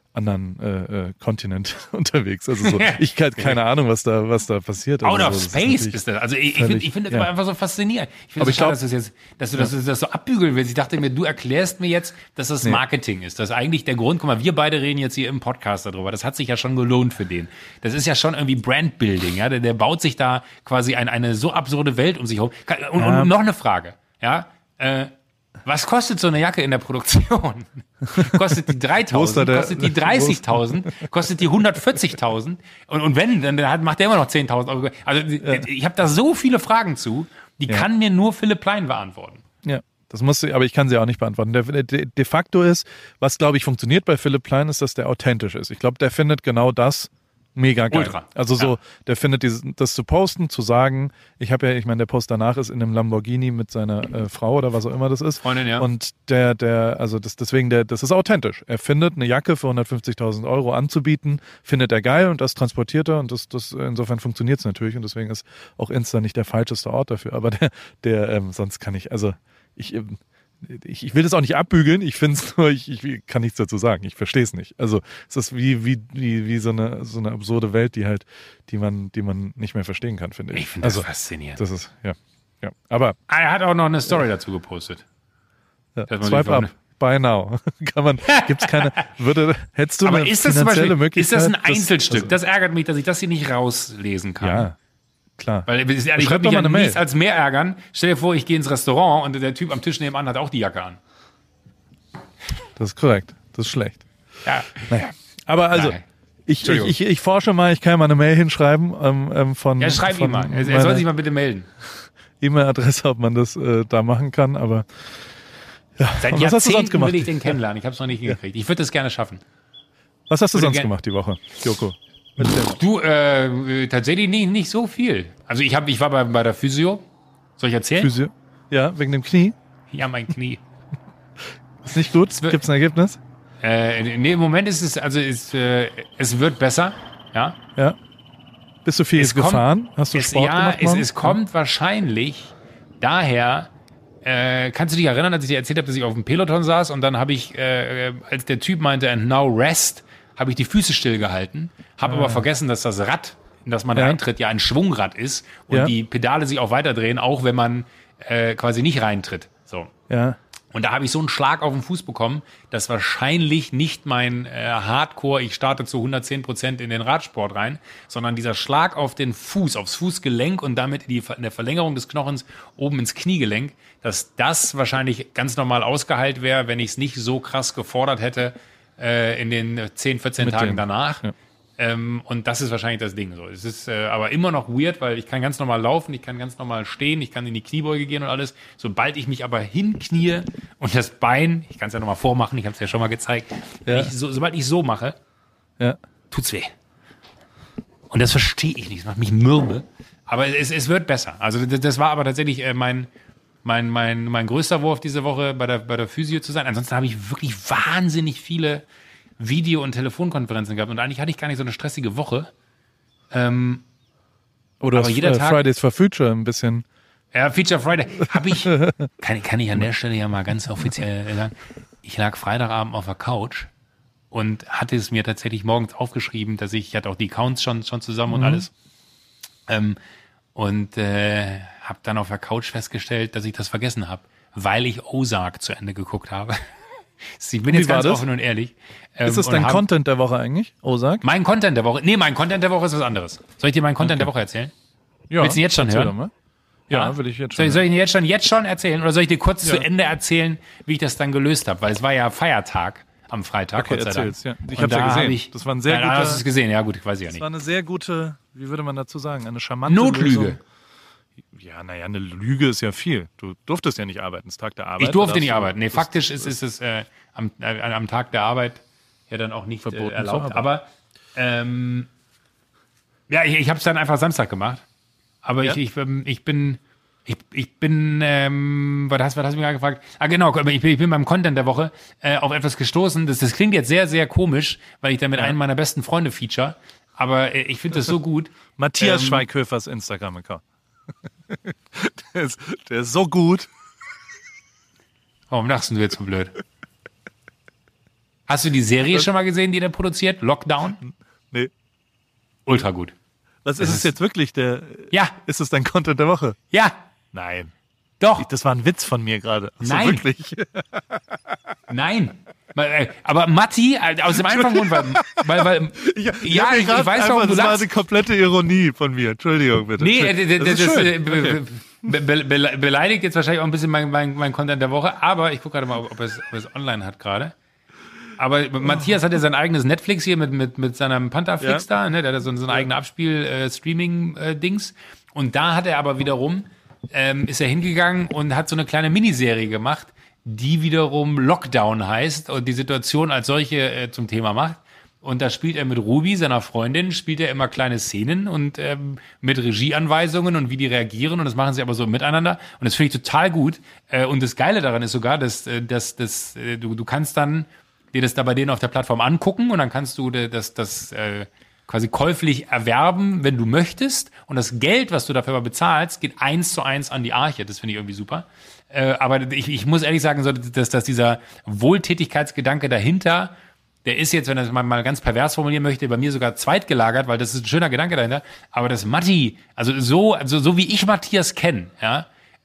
Kontinent unterwegs. Also so, ich habe keine Ahnung, was da passiert. Out also, of Space ist das. Also ich finde das aber einfach so faszinierend. Ich finde es schade, dass du das so abbügeln willst. Ich dachte mir, du erklärst mir jetzt, dass das Marketing ist. Das ist eigentlich der Grund, guck mal, wir beide reden jetzt hier im Podcast darüber. Das hat sich ja schon gelohnt für den. Das ist ja schon irgendwie Brandbuilding. Ja? Der baut sich da quasi eine so absurde Welt um sich herum. Und noch eine Frage. Ja, was kostet so eine Jacke in der Produktion? Kostet die 3.000? Kostet die 30.000? Kostet die 140.000? Und wenn, dann macht der immer noch 10.000 Euro. Also ich habe da so viele Fragen zu, die kann mir nur Philipp Plein beantworten. Ja, aber ich kann sie auch nicht beantworten. De facto ist, was glaube ich funktioniert bei Philipp Plein, ist, dass der authentisch ist. Ich glaube, der findet genau das mega geil. Ultra. Also der findet das zu posten, zu sagen, der Post danach ist in einem Lamborghini mit seiner Frau oder was auch immer das ist. Freundin, ja. Und das ist authentisch. Er findet eine Jacke für 150.000 Euro anzubieten, findet er geil und das transportiert er und das insofern funktioniert es natürlich und deswegen ist auch Insta nicht der falscheste Ort dafür. Aber sonst kann ich will das auch nicht abbügeln, ich finde es nur, ich kann nichts dazu sagen, ich verstehe es nicht. Also es ist wie so eine absurde Welt, die man nicht mehr verstehen kann, finde ich. Ich finde das faszinierend. Das ist, ja. Aber er hat auch noch eine Story dazu gepostet. Ja, Swipe up, buy now. Gibt's keine, hättest du aber eine ist das finanzielle Möglichkeit? Ist das ein Einzelstück? Das ärgert mich, dass ich das hier nicht rauslesen kann. Ja. Klar. Weil ich würde mich ja nichts als mehr ärgern. Stell dir vor, ich gehe ins Restaurant und der Typ am Tisch nebenan hat auch die Jacke an. Das ist korrekt. Das ist schlecht. Ja. Naja. Aber also, ich forsche mal, ich kann mal eine Mail hinschreiben von. Ja, schreib ihm mal. Er soll sich mal bitte melden. E-Mail-Adresse, ob man das da machen kann, aber. Ja. Seit Jahrzehnten will ich den kennenlernen. Ich habe es noch nicht hingekriegt. Ich würde das gerne schaffen. Was hast du sonst gemacht die Woche, Joko? Du, tatsächlich nicht so viel. Also ich war bei der Physio. Soll ich erzählen? Physio? Ja, wegen dem Knie? Ja, mein Knie. Ist nicht gut? Gibt es ein Ergebnis? Nee, im Moment ist es wird besser. Ja. Ja. Bist du viel gefahren? Hast du Sport gemacht? Ja, es kommt wahrscheinlich daher, kannst du dich erinnern, als ich dir erzählt habe, dass ich auf dem Peloton saß und dann habe ich, als der Typ meinte, and now rest, habe ich die Füße stillgehalten, habe aber vergessen, dass das Rad, in das man reintritt, ja ein Schwungrad ist und die Pedale sich auch weiterdrehen, auch wenn man quasi nicht reintritt. So. Ja. Und da habe ich so einen Schlag auf den Fuß bekommen, dass wahrscheinlich nicht mein Hardcore, ich starte zu 110% in den Radsport rein, sondern dieser Schlag auf den Fuß, aufs Fußgelenk und damit in der Verlängerung des Knochens oben ins Kniegelenk, dass das wahrscheinlich ganz normal ausgeheilt wäre, wenn ich es nicht so krass gefordert hätte in den 10, 14 Tagen danach. Ja. Und das ist wahrscheinlich das Ding so. Es ist aber immer noch weird, weil ich kann ganz normal laufen, ich kann ganz normal stehen, ich kann in die Kniebeuge gehen und alles. Sobald ich mich aber hinknie und das Bein, ich kann es ja nochmal vormachen, ich habe es ja schon mal gezeigt, sobald ich so mache, tut's weh. Und das verstehe ich nicht, das macht mich mürbe. Aber es wird besser. Also das war aber tatsächlich mein größter Wurf diese Woche bei der Physio zu sein. Ansonsten habe ich wirklich wahnsinnig viele Video- und Telefonkonferenzen gehabt und eigentlich hatte ich gar nicht so eine stressige Woche. Oder aber jeder Tag, Fridays for Future ein bisschen. Ja, Feature Friday. Habe ich, kann ich an der Stelle ja mal ganz offiziell sagen, ich lag Freitagabend auf der Couch und hatte es mir tatsächlich morgens aufgeschrieben, dass ich hatte auch die Accounts schon zusammen und alles. Und habe dann auf der Couch festgestellt, dass ich das vergessen habe, weil ich Ozark zu Ende geguckt habe. Ich bin jetzt ganz offen und ehrlich. Ist das dein Content der Woche eigentlich, Ozark? Mein Content der Woche? Nee, mein Content der Woche ist was anderes. Soll ich dir meinen Content der Woche erzählen? Ja. Willst du ihn jetzt schon hören? Mal. Ja, will ich jetzt schon. Soll ich ihn jetzt schon erzählen? Oder soll ich dir kurz zu Ende erzählen, wie ich das dann gelöst habe? Weil es war ja Feiertag am Freitag. Okay, erzähl's, ja. Ich hab's ja gesehen. Das war ein sehr guter... Hast du es gesehen? Ja gut, weiß ich ja nicht. Das war eine sehr gute, wie würde man dazu sagen, eine charmante Notlüge. Lösung. Ja, naja, eine Lüge ist ja viel. Du durftest ja nicht arbeiten, es ist Tag der Arbeit. Ich durfte nicht arbeiten. Nee, faktisch ist es am Tag der Arbeit ja dann auch nicht verboten erlaubt. Aber ich habe es dann einfach Samstag gemacht. Aber ich bin, was hast du mich gerade gefragt? Ah genau, ich bin beim Content der Woche auf etwas gestoßen. Das klingt jetzt sehr, sehr komisch, weil ich da mit einem meiner besten Freunde feature. Aber ich finde das so gut. Matthias Schweighöfers Instagram-Account. Der ist so gut. Warum lachst du jetzt so blöd? Hast du die Serie schon mal gesehen, die der produziert? Lockdown? Nee. Ultra gut. Was ist es jetzt wirklich? Ja. Ist es dein Content der Woche? Ja. Nein. Doch. Das war ein Witz von mir gerade. Nein. Wirklich? Nein. Aber Matti, aus dem einfachen Grund, weil ich weiß, warum du lachst. Das war eine komplette Ironie von mir. Entschuldigung, bitte. Nee, beleidigt jetzt wahrscheinlich auch ein bisschen mein Content der Woche, aber ich gucke gerade mal, ob es online hat gerade. Aber Matthias hat ja sein eigenes Netflix hier mit seinem Pantherflix da, ne? Der hat so ein eigenes Abspiel-Streaming-Dings. Und da hat er aber wiederum, ist er hingegangen und hat so eine kleine Miniserie gemacht, die wiederum Lockdown heißt und die Situation als solche zum Thema macht. Und da spielt er mit Ruby, seiner Freundin, spielt er immer kleine Szenen und mit Regieanweisungen und wie die reagieren und das machen sie aber so miteinander und das finde ich total gut. Und das Geile daran ist sogar, dass du kannst dann dir das da bei denen auf der Plattform angucken und dann kannst du das quasi käuflich erwerben, wenn du möchtest und das Geld, was du dafür aber bezahlst, geht 1:1 an die Arche. Das finde ich irgendwie super. Aber ich muss ehrlich sagen, dass dieser Wohltätigkeitsgedanke dahinter, der ist jetzt, wenn er es mal ganz pervers formulieren möchte, bei mir sogar zweitgelagert, weil das ist ein schöner Gedanke dahinter. Aber das Matti, also so wie ich Matthias kenne, ja,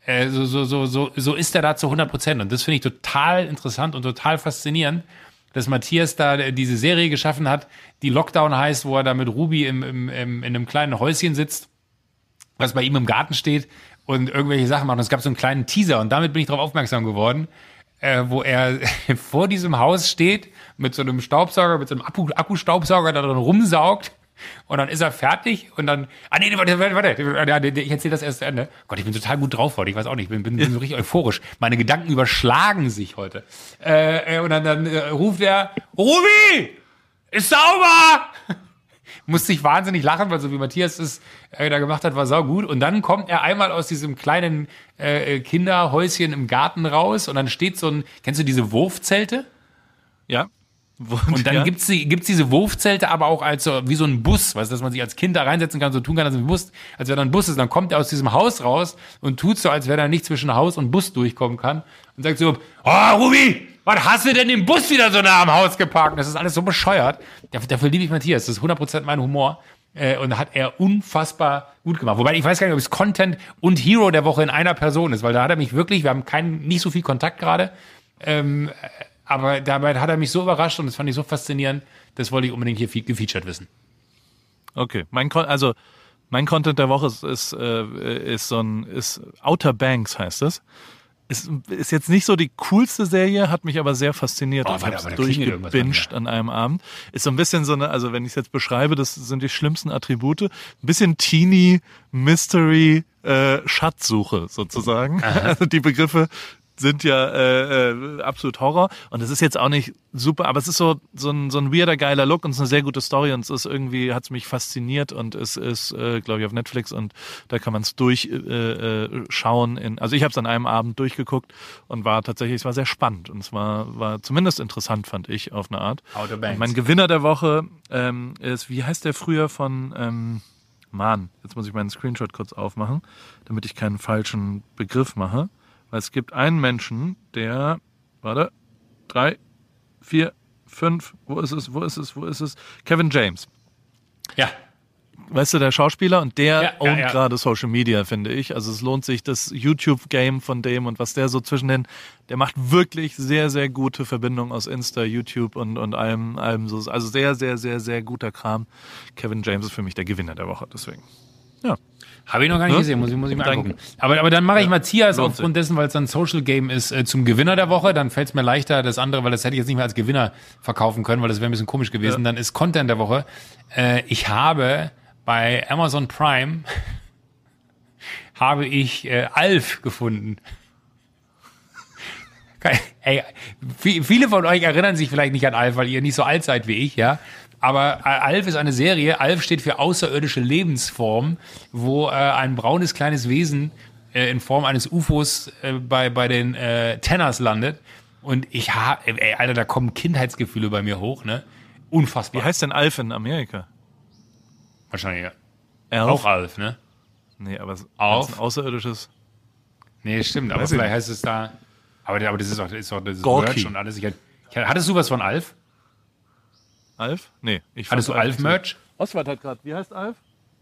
so ist er da zu 100%. Und das finde ich total interessant und total faszinierend, dass Matthias da diese Serie geschaffen hat, die Lockdown heißt, wo er da mit Ruby in einem kleinen Häuschen sitzt, was bei ihm im Garten steht und irgendwelche Sachen macht. Und es gab so einen kleinen Teaser und damit bin ich darauf aufmerksam geworden, wo er vor diesem Haus steht mit so einem Staubsauger, mit so einem Akkustaubsauger, da drin rumsaugt und dann ist er fertig und dann, warte, ich erzähle das erst zu Ende. Gott, ich bin total gut drauf heute, ich weiß auch nicht, ich bin so richtig euphorisch. Meine Gedanken überschlagen sich heute. Und dann ruft er, Ruby, ist sauber! Musste ich wahnsinnig lachen, weil so wie Matthias es da gemacht hat, war saugut. Und dann kommt er einmal aus diesem kleinen Kinderhäuschen im Garten raus und dann steht so ein, kennst du diese Wurfzelte? Ja. Und dann gibt's diese Wurfzelte aber auch als so, wie so ein Bus, weißt du, dass man sich als Kind da reinsetzen kann, so tun kann, als ein Bus, als wenn da ein Bus ist. Dann kommt er aus diesem Haus raus und tut so, als wenn er nicht zwischen Haus und Bus durchkommen kann und sagt so, Ruby, was hast du denn den Bus wieder so nah am Haus geparkt? Das ist alles so bescheuert. Dafür liebe ich Matthias, das ist 100% mein Humor. Und hat er unfassbar gut gemacht. Wobei ich weiß gar nicht, ob es Content und Hero der Woche in einer Person ist, weil da hat er mich wirklich, wir haben nicht so viel Kontakt gerade, aber dabei hat er mich so überrascht und das fand ich so faszinierend, das wollte ich unbedingt hier gefeatured wissen. Okay, mein Content der Woche ist Outer Banks heißt es. Ist jetzt nicht so die coolste Serie, hat mich aber sehr fasziniert. Ich habe es durchgebinged an einem Abend. Ist so ein bisschen so eine, also wenn ich es jetzt beschreibe, das sind die schlimmsten Attribute. Ein bisschen Teenie, Mystery, Schatzsuche sozusagen. Also die Begriffe sind ja absolut Horror. Und es ist jetzt auch nicht super, aber es ist so ein weirder, geiler Look und es ist eine sehr gute Story und es ist irgendwie, hat es mich fasziniert und es ist, glaube ich, auf Netflix und da kann man es durchschauen. Also ich habe es an einem Abend durchgeguckt und es war sehr spannend und es war zumindest interessant, fand ich, auf eine Art. Outer Banks. Mein Gewinner der Woche ist, wie heißt der früher von, jetzt muss ich meinen Screenshot kurz aufmachen, damit ich keinen falschen Begriff mache. Weil es gibt einen Menschen, der, 3, 4, 5, wo ist es? Kevin James. Ja. Weißt du, der Schauspieler und der ownt gerade Social Media, finde ich. Also es lohnt sich, das YouTube-Game von dem und was der so der macht wirklich sehr, sehr gute Verbindungen aus Insta, YouTube und allem so. Also sehr, sehr, sehr, sehr guter Kram. Kevin James ist für mich der Gewinner der Woche, deswegen. Ja. Habe ich noch gar nicht gesehen, muss ich mir angucken. Aber dann mache ich Matthias aufgrund dessen, weil es ein Social Game ist, zum Gewinner der Woche. Dann fällt es mir leichter, das andere, weil das hätte ich jetzt nicht mehr als Gewinner verkaufen können, weil das wäre ein bisschen komisch gewesen. Dann ist Content der Woche. Ich habe bei Amazon Prime Alf gefunden. Ey, viele von euch erinnern sich vielleicht nicht an Alf, weil ihr nicht so alt seid wie ich, ja. Aber Alf ist eine Serie. Alf steht für außerirdische Lebensform, wo ein braunes kleines Wesen in Form eines UFOs bei den Tenners landet. Und Alter, da kommen Kindheitsgefühle bei mir hoch, ne? Unfassbar. Wie heißt denn Alf in Amerika? Wahrscheinlich, ja. Alf? Auch Alf, ne? Nee, aber Alf? Ein außerirdisches... Nee, stimmt, aber vielleicht heißt es da... Aber das ist auch das Gorky. Merch und alles. Hattest du was von Alf? Alf? Nee. Hattest du Alf-Merch? Oswald hat gerade, wie heißt Alf?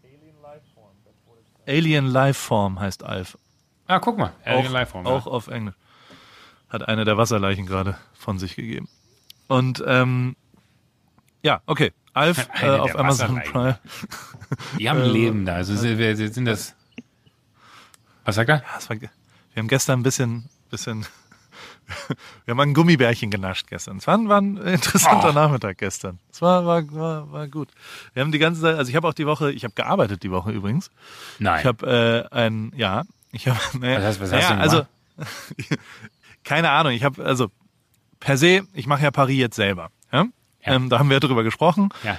Alien Lifeform heißt Alf. Ah, guck mal. Alien Lifeform. Auch auf Englisch. Hat eine der Wasserleichen gerade von sich gegeben. Und, ja, okay. Alf auf Amazon Prime. Die haben ein Leben da. Also sind das... Was sagt er? Ja, wir haben gestern ein bisschen wir haben ein Gummibärchen genascht gestern. Es war ein interessanter Nachmittag gestern. Es war gut. Wir haben die ganze Zeit, also ich habe gearbeitet die Woche übrigens. Nein. Ich habe was hast du gemacht? Keine Ahnung, per se, ich mache ja Paris jetzt selber. Ja? Da haben wir drüber gesprochen. Ja.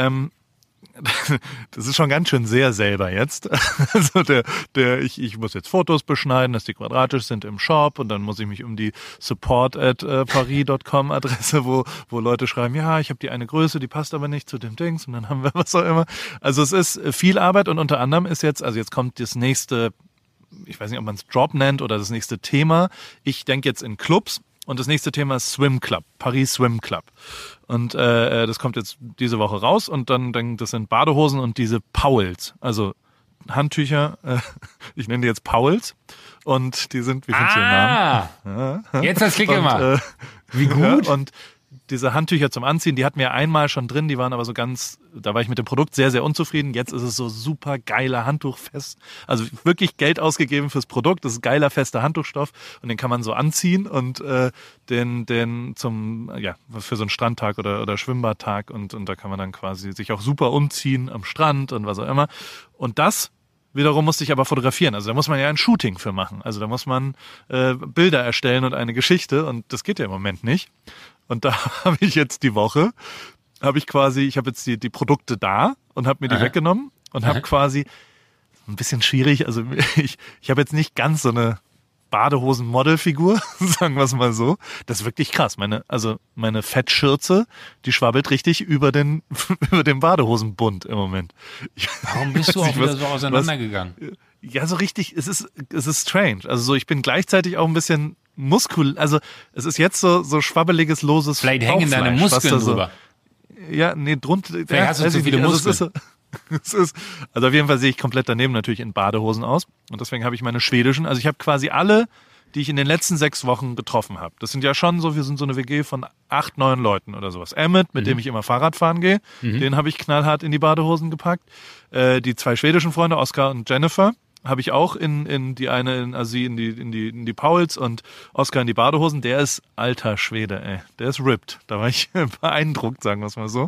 Das ist schon ganz schön sehr selber jetzt. Also ich muss jetzt Fotos beschneiden, dass die quadratisch sind im Shop und dann muss ich mich um die support@paris.com Adresse, wo Leute schreiben, ja, ich habe die eine Größe, die passt aber nicht zu dem Dings und dann haben wir was auch immer. Also es ist viel Arbeit und unter anderem ist jetzt kommt das nächste, ich weiß nicht, ob man es Drop nennt oder das nächste Thema. Ich denke jetzt in Clubs. Und das nächste Thema ist Swim Club, Paris Swim Club. Und das kommt jetzt diese Woche raus und dann das sind Badehosen und diese Powells, also Handtücher, ich nenne die jetzt Powells und die sind, wie findest du den Namen? Ja. Jetzt das Klick immer. Wie gut. Ja, und diese Handtücher zum Anziehen, die hatten wir einmal schon drin, die waren aber so da war ich mit dem Produkt sehr, sehr unzufrieden. Jetzt ist es so super geiler Handtuchfest. Also wirklich Geld ausgegeben fürs Produkt. Das ist geiler, fester Handtuchstoff und den kann man so anziehen und den für so einen Strandtag oder Schwimmbadtag und da kann man dann quasi sich auch super umziehen am Strand und was auch immer. Und das wiederum musste ich aber fotografieren. Also da muss man ja ein Shooting für machen. Also da muss man Bilder erstellen und eine Geschichte und das geht ja im Moment nicht. Und da habe ich jetzt die Woche, ich habe jetzt die Produkte da und habe mir die weggenommen und habe quasi, ein bisschen schwierig, also ich habe jetzt nicht ganz so eine Badehosen-Modelfigur, sagen wir es mal so. Das ist wirklich krass. Meine Fettschürze, die schwabbelt richtig über den Badehosenbund im Moment. Warum bist du auch wieder so auseinandergegangen? Ja, so richtig, es ist strange. Also so, ich bin gleichzeitig auch ein bisschen also es ist jetzt so schwabbeliges, loses Vielleicht hängen deine Muskeln drüber. Ja, nee, drunter. Vielleicht hast du zu viele Muskeln. Also auf jeden Fall sehe ich komplett daneben natürlich in Badehosen aus. Und deswegen habe ich meine schwedischen, also ich habe quasi alle, die ich in den letzten 6 Wochen getroffen habe. Das sind ja schon so, wir sind so eine WG von 8, 9 Leuten oder sowas. Emmet, mit dem ich immer Fahrrad fahren gehe, den habe ich knallhart in die Badehosen gepackt. Die 2 schwedischen Freunde, Oskar und Jennifer, habe ich auch in die eine, also in die Pauls und Oskar in die Badehosen. Der ist alter Schwede, ey. Der ist ripped. Da war ich beeindruckt, sagen wir es mal so.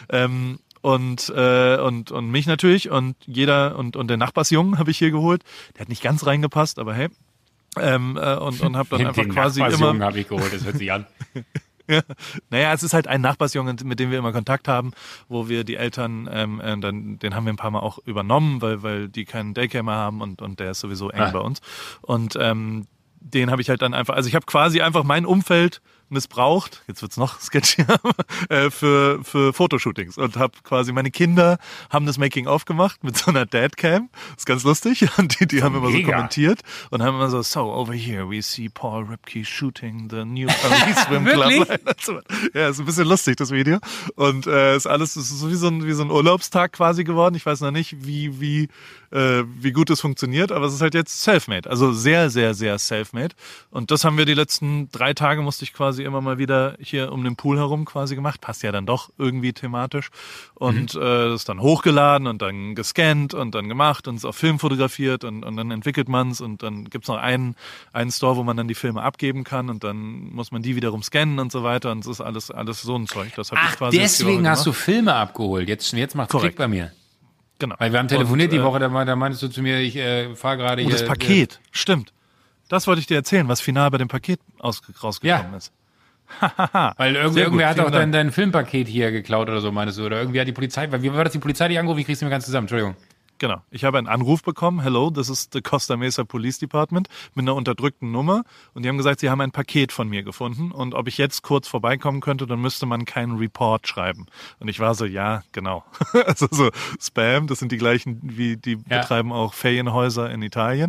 Und mich natürlich und jeder und der Nachbarsjungen habe ich hier geholt. Der hat nicht ganz reingepasst, aber hey. Und habe dann einfach quasi immer. Habe ich geholt, das hört sich an. Ja. Naja, es ist halt ein Nachbarsjunge, mit dem wir immer Kontakt haben, wo wir die Eltern, den haben wir ein paar Mal auch übernommen, weil die keinen Daycare mehr haben und der ist sowieso eng bei uns. Und den habe ich halt dann einfach, also ich habe quasi einfach mein Umfeld missbraucht, jetzt wird's noch sketchier, für Fotoshootings und habe quasi, meine Kinder haben das Making-of gemacht mit so einer Dadcam, das ist ganz lustig, und die haben immer so kommentiert und haben immer so over here we see Paul Ripke shooting the new Paris Swim Club. Ja, ist ein bisschen lustig, das Video, und ist so wie so ein Urlaubstag quasi geworden. Ich weiß noch nicht, wie gut es funktioniert, aber es ist halt jetzt self-made, also sehr, sehr, sehr self-made, und das haben wir die letzten 3 Tage, musste ich quasi immer mal wieder hier um den Pool herum quasi gemacht, passt ja dann doch irgendwie thematisch, und das ist dann hochgeladen und dann gescannt und dann gemacht und ist auf Film fotografiert und dann entwickelt man's, und dann gibt's noch einen Store, wo man dann die Filme abgeben kann, und dann muss man die wiederum scannen und so weiter, und es ist alles so ein Zeug. Das hab ich quasi deswegen hast du Filme abgeholt. Jetzt macht's Klick bei mir. Genau. Weil wir haben telefoniert die Woche, da meintest du zu mir, ich fahre gerade hier. Das Paket, stimmt. Das wollte ich dir erzählen, was final bei dem Paket rausgekommen ist. Weil irgendwer hat auch dein Filmpaket hier geklaut oder so, meinst du? Oder irgendwie hat die Polizei, wie war das, die Polizei die angerufen? Wie kriegst du mir ganz zusammen? Entschuldigung. Genau. Ich habe einen Anruf bekommen. Hello, this is the Costa Mesa Police Department, mit einer unterdrückten Nummer. Und die haben gesagt, sie haben ein Paket von mir gefunden. Und ob ich jetzt kurz vorbeikommen könnte, dann müsste man keinen Report schreiben. Und ich war so, ja, genau. Also so Spam, das sind die gleichen, wie die betreiben auch Ferienhäuser in Italien.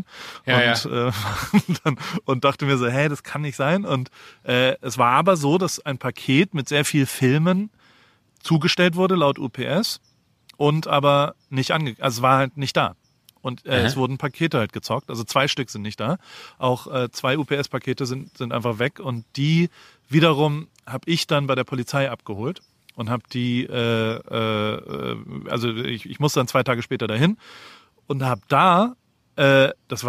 Und dachte mir so, hey, das kann nicht sein. Und es war aber so, dass ein Paket mit sehr viel Filmen zugestellt wurde, laut UPS. Und aber nicht also es war halt nicht da. Und es wurden Pakete halt gezockt, also 2 Stück sind nicht da. Auch 2 UPS-Pakete sind einfach weg, und die wiederum habe ich dann bei der Polizei abgeholt und habe die, also ich musste dann 2 Tage später dahin und habe da, das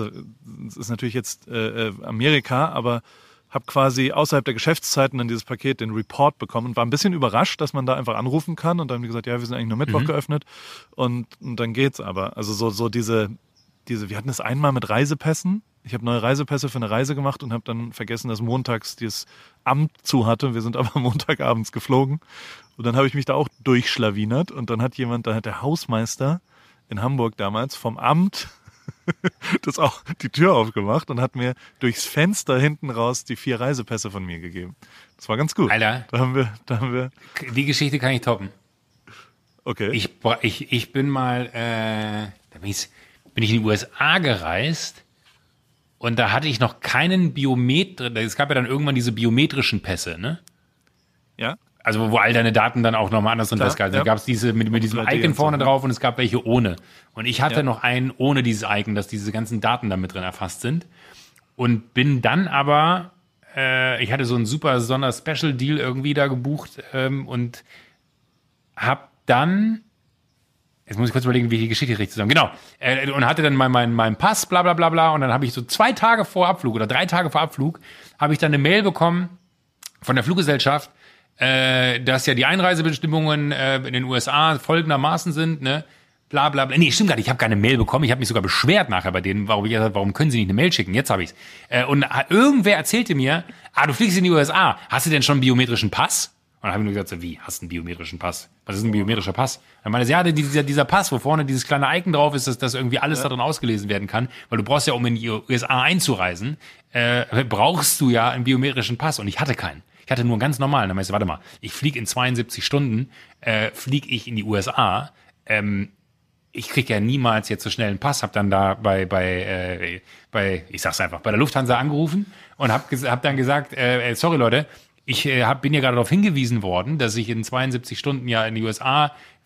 ist natürlich jetzt Amerika, aber habe quasi außerhalb der Geschäftszeiten dann dieses Paket, den Report bekommen, und war ein bisschen überrascht, dass man da einfach anrufen kann, und dann haben die gesagt, ja, wir sind eigentlich nur Mittwoch geöffnet, und dann geht's aber. Also so diese, wir hatten es einmal mit Reisepässen. Ich habe neue Reisepässe für eine Reise gemacht und habe dann vergessen, dass montags dieses Amt zu hatte. Wir sind aber Montagabends geflogen, und dann habe ich mich da auch durchschlawinert, und dann hat der Hausmeister in Hamburg damals vom Amt das auch die Tür aufgemacht und hat mir durchs Fenster hinten raus die 4 Reisepässe von mir gegeben. Das war ganz gut. Alter. Da haben wir. Die Geschichte kann ich toppen. Okay. Ich bin mal, bin ich in die USA gereist, und da hatte ich noch keinen es gab ja dann irgendwann diese biometrischen Pässe, ne? Ja. Also wo all deine Daten dann auch nochmal anders drin festgehalten sind. Da gab es diese mit diesem Icon vorne drauf, und es gab welche ohne. Und ich hatte noch einen ohne dieses Icon, dass diese ganzen Daten da mit drin erfasst sind. Und bin dann aber, ich hatte so einen super Sonder-Special-Deal irgendwie da gebucht, und hab dann, jetzt muss ich kurz überlegen, wie ich die Geschichte richtig zusammen, genau, und hatte dann meinen Pass, bla bla bla bla, und dann habe ich so 2 Tage vor Abflug oder 3 Tage vor Abflug, habe ich dann eine Mail bekommen von der Fluggesellschaft, dass ja die Einreisebestimmungen in den USA folgendermaßen sind, ne? Bla bla bla. Nee, stimmt gar nicht. Ich habe keine Mail bekommen. Ich habe mich sogar beschwert nachher bei denen, warum können sie nicht eine Mail schicken? Jetzt habe ich's. Und irgendwer erzählte mir, du fliegst in die USA. Hast du denn schon einen biometrischen Pass? Und dann habe ich nur gesagt, so, wie, hast du einen biometrischen Pass? Was ist ein biometrischer Pass? Dann meinte sie, ja, dieser Pass, wo vorne dieses kleine Icon drauf ist, dass irgendwie alles darin ausgelesen werden kann, weil du brauchst ja, um in die USA einzureisen, brauchst du ja einen biometrischen Pass, und ich hatte keinen. Ich hatte nur einen ganz normalen. Dann meinte ich, warte mal, ich fliege in 72 Stunden, fliege ich in die USA. Ich kriege ja niemals jetzt so schnell einen Pass. Hab dann da bei ich sag's einfach, bei der Lufthansa angerufen und hab dann gesagt, sorry Leute, ich bin ja gerade darauf hingewiesen worden, dass ich in 72 Stunden ja in die USA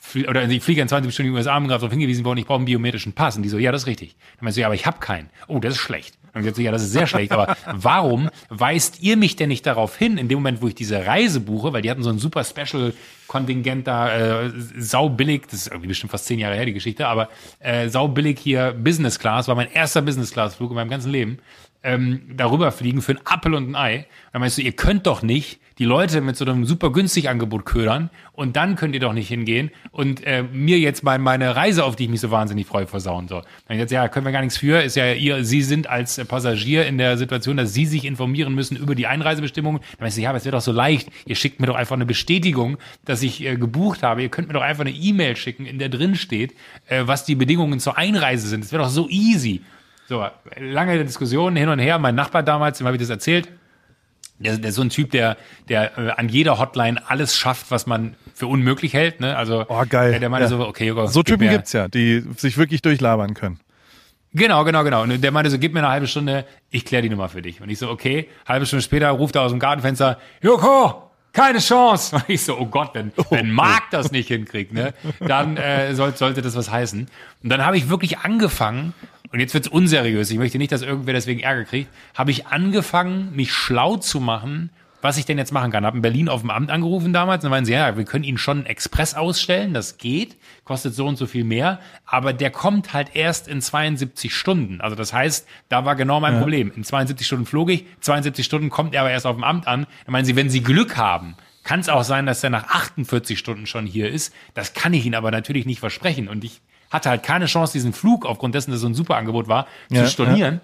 ich fliege in 72 Stunden in die USA, haben gerade darauf hingewiesen worden, ich brauche einen biometrischen Pass. Und die so, ja, das ist richtig. Dann meinst du, ja, aber ich habe keinen. Oh, das ist schlecht. Und ich so, ja, das ist sehr schlecht. Aber warum weist ihr mich denn nicht darauf hin, in dem Moment, wo ich diese Reise buche, weil die hatten so ein super Special-Kontingent da, saubillig, das ist irgendwie bestimmt fast 10 Jahre her, die Geschichte, aber saubillig hier Business Class, war mein erster Business Class-Flug in meinem ganzen Leben, darüber fliegen für ein Appel und ein Ei. Dann meinst du, ihr könnt doch nicht die Leute mit so einem super günstig Angebot ködern und dann könnt ihr doch nicht hingehen und mir jetzt meine Reise, auf die ich mich so wahnsinnig freue, versauen. So. Dann jetzt, ja, können wir gar nichts für, ist ja Sie sind als Passagier in der Situation, dass Sie sich informieren müssen über die Einreisebestimmungen. Dann meinst du, ja, aber es wäre doch so leicht, ihr schickt mir doch einfach eine Bestätigung, dass ich gebucht habe, ihr könnt mir doch einfach eine E-Mail schicken, in der drin steht, was die Bedingungen zur Einreise sind. Das wäre doch so easy. So, lange Diskussionen hin und her. Mein Nachbar damals, dem habe ich das erzählt, der ist so ein Typ, der an jeder Hotline alles schafft, was man für unmöglich hält. Ne? Also, geil. Der meinte so, okay, Joko, so Typen gibt's ja, die sich wirklich durchlabern können. Genau. Und der meinte so, gib mir eine halbe Stunde, ich kläre die Nummer für dich. Und ich so, okay. Halbe Stunde später ruft er aus dem Gartenfenster, Joko, keine Chance. Und ich so, oh Gott, wenn Marc das nicht hinkriegt, ne, dann sollte das was heißen. Und dann habe ich wirklich angefangen, und jetzt wird's unseriös, ich möchte nicht, dass irgendwer deswegen Ärger kriegt, habe ich angefangen, mich schlau zu machen, was ich denn jetzt machen kann. Habe in Berlin auf dem Amt angerufen damals, und dann meinen sie, ja, wir können Ihnen schon einen Express ausstellen, das geht, kostet so und so viel mehr, aber der kommt halt erst in 72 Stunden. Also das heißt, da war genau mein Problem. In 72 Stunden flog ich, 72 Stunden kommt er aber erst auf dem Amt an. Dann meinen sie, wenn Sie Glück haben, kann es auch sein, dass er nach 48 Stunden schon hier ist. Das kann ich Ihnen aber natürlich nicht versprechen. Und ich hatte halt keine Chance, diesen Flug, aufgrund dessen, dass es so ein super Angebot war, zu stornieren.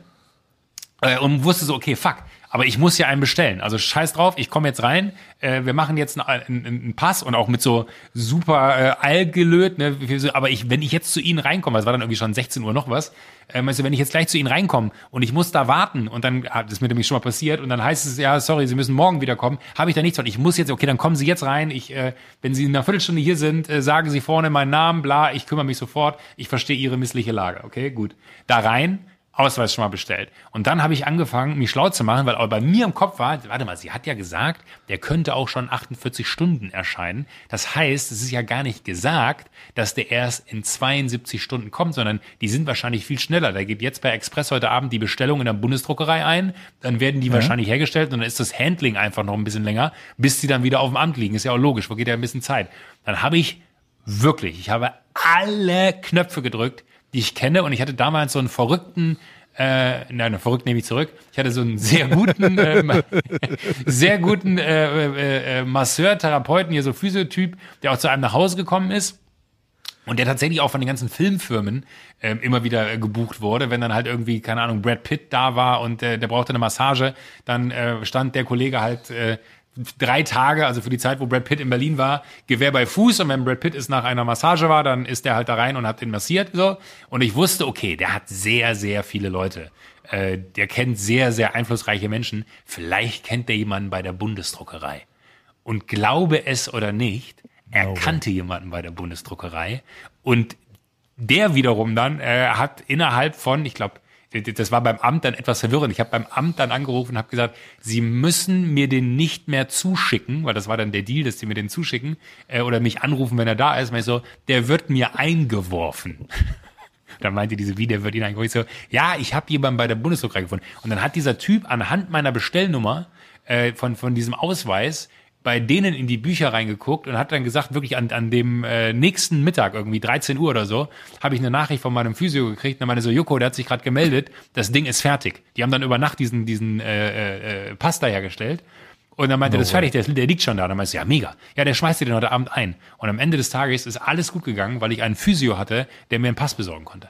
Und wusste so, okay, fuck, aber ich muss ja einen bestellen. Also scheiß drauf, ich komme jetzt rein, wir machen jetzt einen Pass und auch mit so super Allgelöt, ne? Aber wenn ich jetzt zu Ihnen reinkomme, es war dann irgendwie schon 16 Uhr noch was, weißt du, wenn ich jetzt gleich zu Ihnen reinkomme und ich muss da warten und dann, das ist mir nämlich schon mal passiert und dann heißt es, ja, sorry, Sie müssen morgen wiederkommen, habe ich da nichts von. Ich muss jetzt, okay, dann kommen Sie jetzt rein, wenn Sie in einer Viertelstunde hier sind, sagen Sie vorne meinen Namen, bla, ich kümmere mich sofort, ich verstehe Ihre missliche Lage, okay, gut. Da rein, Ausweis schon mal bestellt. Und dann habe ich angefangen, mich schlau zu machen, weil auch bei mir im Kopf war, warte mal, sie hat ja gesagt, der könnte auch schon 48 Stunden erscheinen. Das heißt, es ist ja gar nicht gesagt, dass der erst in 72 Stunden kommt, sondern die sind wahrscheinlich viel schneller. Da geht jetzt bei Express heute Abend die Bestellung in der Bundesdruckerei ein, dann werden die wahrscheinlich hergestellt und dann ist das Handling einfach noch ein bisschen länger, bis sie dann wieder auf dem Amt liegen. Ist ja auch logisch, wo geht ja ein bisschen Zeit. Dann habe ich alle Knöpfe gedrückt, die ich kenne, und ich hatte damals so einen verrückten, verrückt nehme ich zurück. Ich hatte so einen sehr guten Masseur, Therapeuten, hier so Physiotyp, der auch zu einem nach Hause gekommen ist und der tatsächlich auch von den ganzen Filmfirmen immer wieder gebucht wurde, wenn dann halt irgendwie, keine Ahnung, Brad Pitt da war und der brauchte eine Massage, dann stand der Kollege halt 3 Tage, also für die Zeit, wo Brad Pitt in Berlin war, Gewehr bei Fuß, und wenn Brad Pitt nach einer Massage war, dann ist der halt da rein und hat den massiert, so. Und ich wusste, okay, der hat sehr, sehr viele Leute. Der kennt sehr, sehr einflussreiche Menschen. Vielleicht kennt der jemanden bei der Bundesdruckerei. Und glaube es oder nicht, er kannte jemanden bei der Bundesdruckerei. Und der wiederum dann hat innerhalb von, ich glaube, das war beim Amt dann etwas verwirrend. Ich habe beim Amt dann angerufen und habe gesagt, Sie müssen mir den nicht mehr zuschicken, weil das war dann der Deal, dass Sie mir den zuschicken oder mich anrufen, wenn er da ist. Und ich so, der wird mir eingeworfen. Dann meinte diese, wie, der wird Ihnen eingeworfen. Ich so, ja, ich habe jemanden bei der Bundesdruckerei gefunden. Und dann hat dieser Typ anhand meiner Bestellnummer von diesem Ausweis bei denen in die Bücher reingeguckt und hat dann gesagt, wirklich an dem nächsten Mittag, irgendwie 13 Uhr oder so, habe ich eine Nachricht von meinem Physio gekriegt und dann meinte so, Joko, der hat sich gerade gemeldet, das Ding ist fertig. Die haben dann über Nacht diesen Pasta hergestellt und dann meinte, das ist fertig, der liegt schon da. Dann meinte ich, ja, mega. Ja, der schmeißt dir den heute Abend ein. Und am Ende des Tages ist alles gut gegangen, weil ich einen Physio hatte, der mir einen Pass besorgen konnte.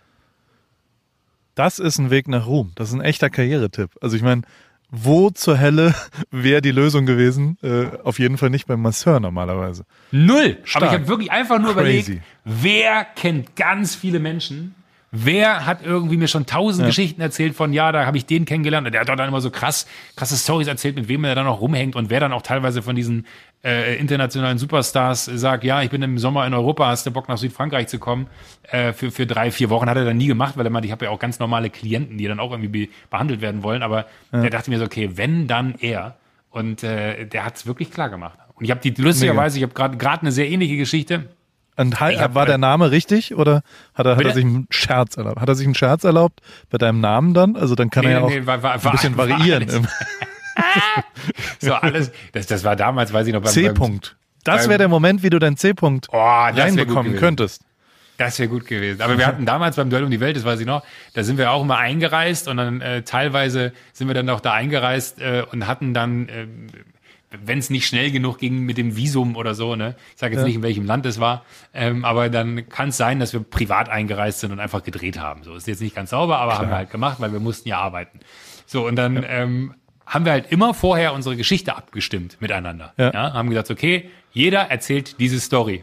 Das ist ein Weg nach Ruhm. Das ist ein echter Karrieretipp. Also ich meine, wo zur Hölle wäre die Lösung gewesen? Auf jeden Fall nicht beim Masseur normalerweise. Null. Stark. Aber ich habe wirklich einfach nur Crazy. überlegt, wer kennt ganz viele Menschen? Wer hat irgendwie mir schon 1000 Geschichten erzählt von, ja, da habe ich den kennengelernt und der hat doch dann immer so krasse Storys erzählt, mit wem er dann noch rumhängt und wer dann auch teilweise von diesen internationalen Superstars sagt, ja, ich bin im Sommer in Europa, hast du Bock nach Südfrankreich zu kommen? Für 3-4 Wochen hat er dann nie gemacht, weil er meinte, ich habe ja auch ganz normale Klienten, die dann auch irgendwie behandelt werden wollen, aber der dachte mir so, okay, wenn, dann er. Und der hat es wirklich klar gemacht. Und ich habe lustigerweise, ich habe gerade eine sehr ähnliche Geschichte. Und war der Name richtig oder hat er sich einen Scherz erlaubt? Hat er sich einen Scherz erlaubt bei deinem Namen dann? Also dann kann er ja auch ein bisschen variieren. So alles, das war damals, weiß ich noch, beim C-Punkt. Das wäre der Moment, wie du deinen C-Punkt reinbekommen könntest. Das wäre gut gewesen. Aber wir hatten damals beim Duell um die Welt, das weiß ich noch, da sind wir auch immer eingereist und dann teilweise sind wir dann auch da eingereist und hatten dann, wenn es nicht schnell genug ging mit dem Visum oder so, ne, ich sage jetzt nicht, in welchem Land es war, aber dann kann es sein, dass wir privat eingereist sind und einfach gedreht haben. So ist jetzt nicht ganz sauber, aber haben wir halt gemacht, weil wir mussten ja arbeiten. So, und dann haben wir halt immer vorher unsere Geschichte abgestimmt miteinander. Ja, haben gesagt, okay, jeder erzählt diese Story.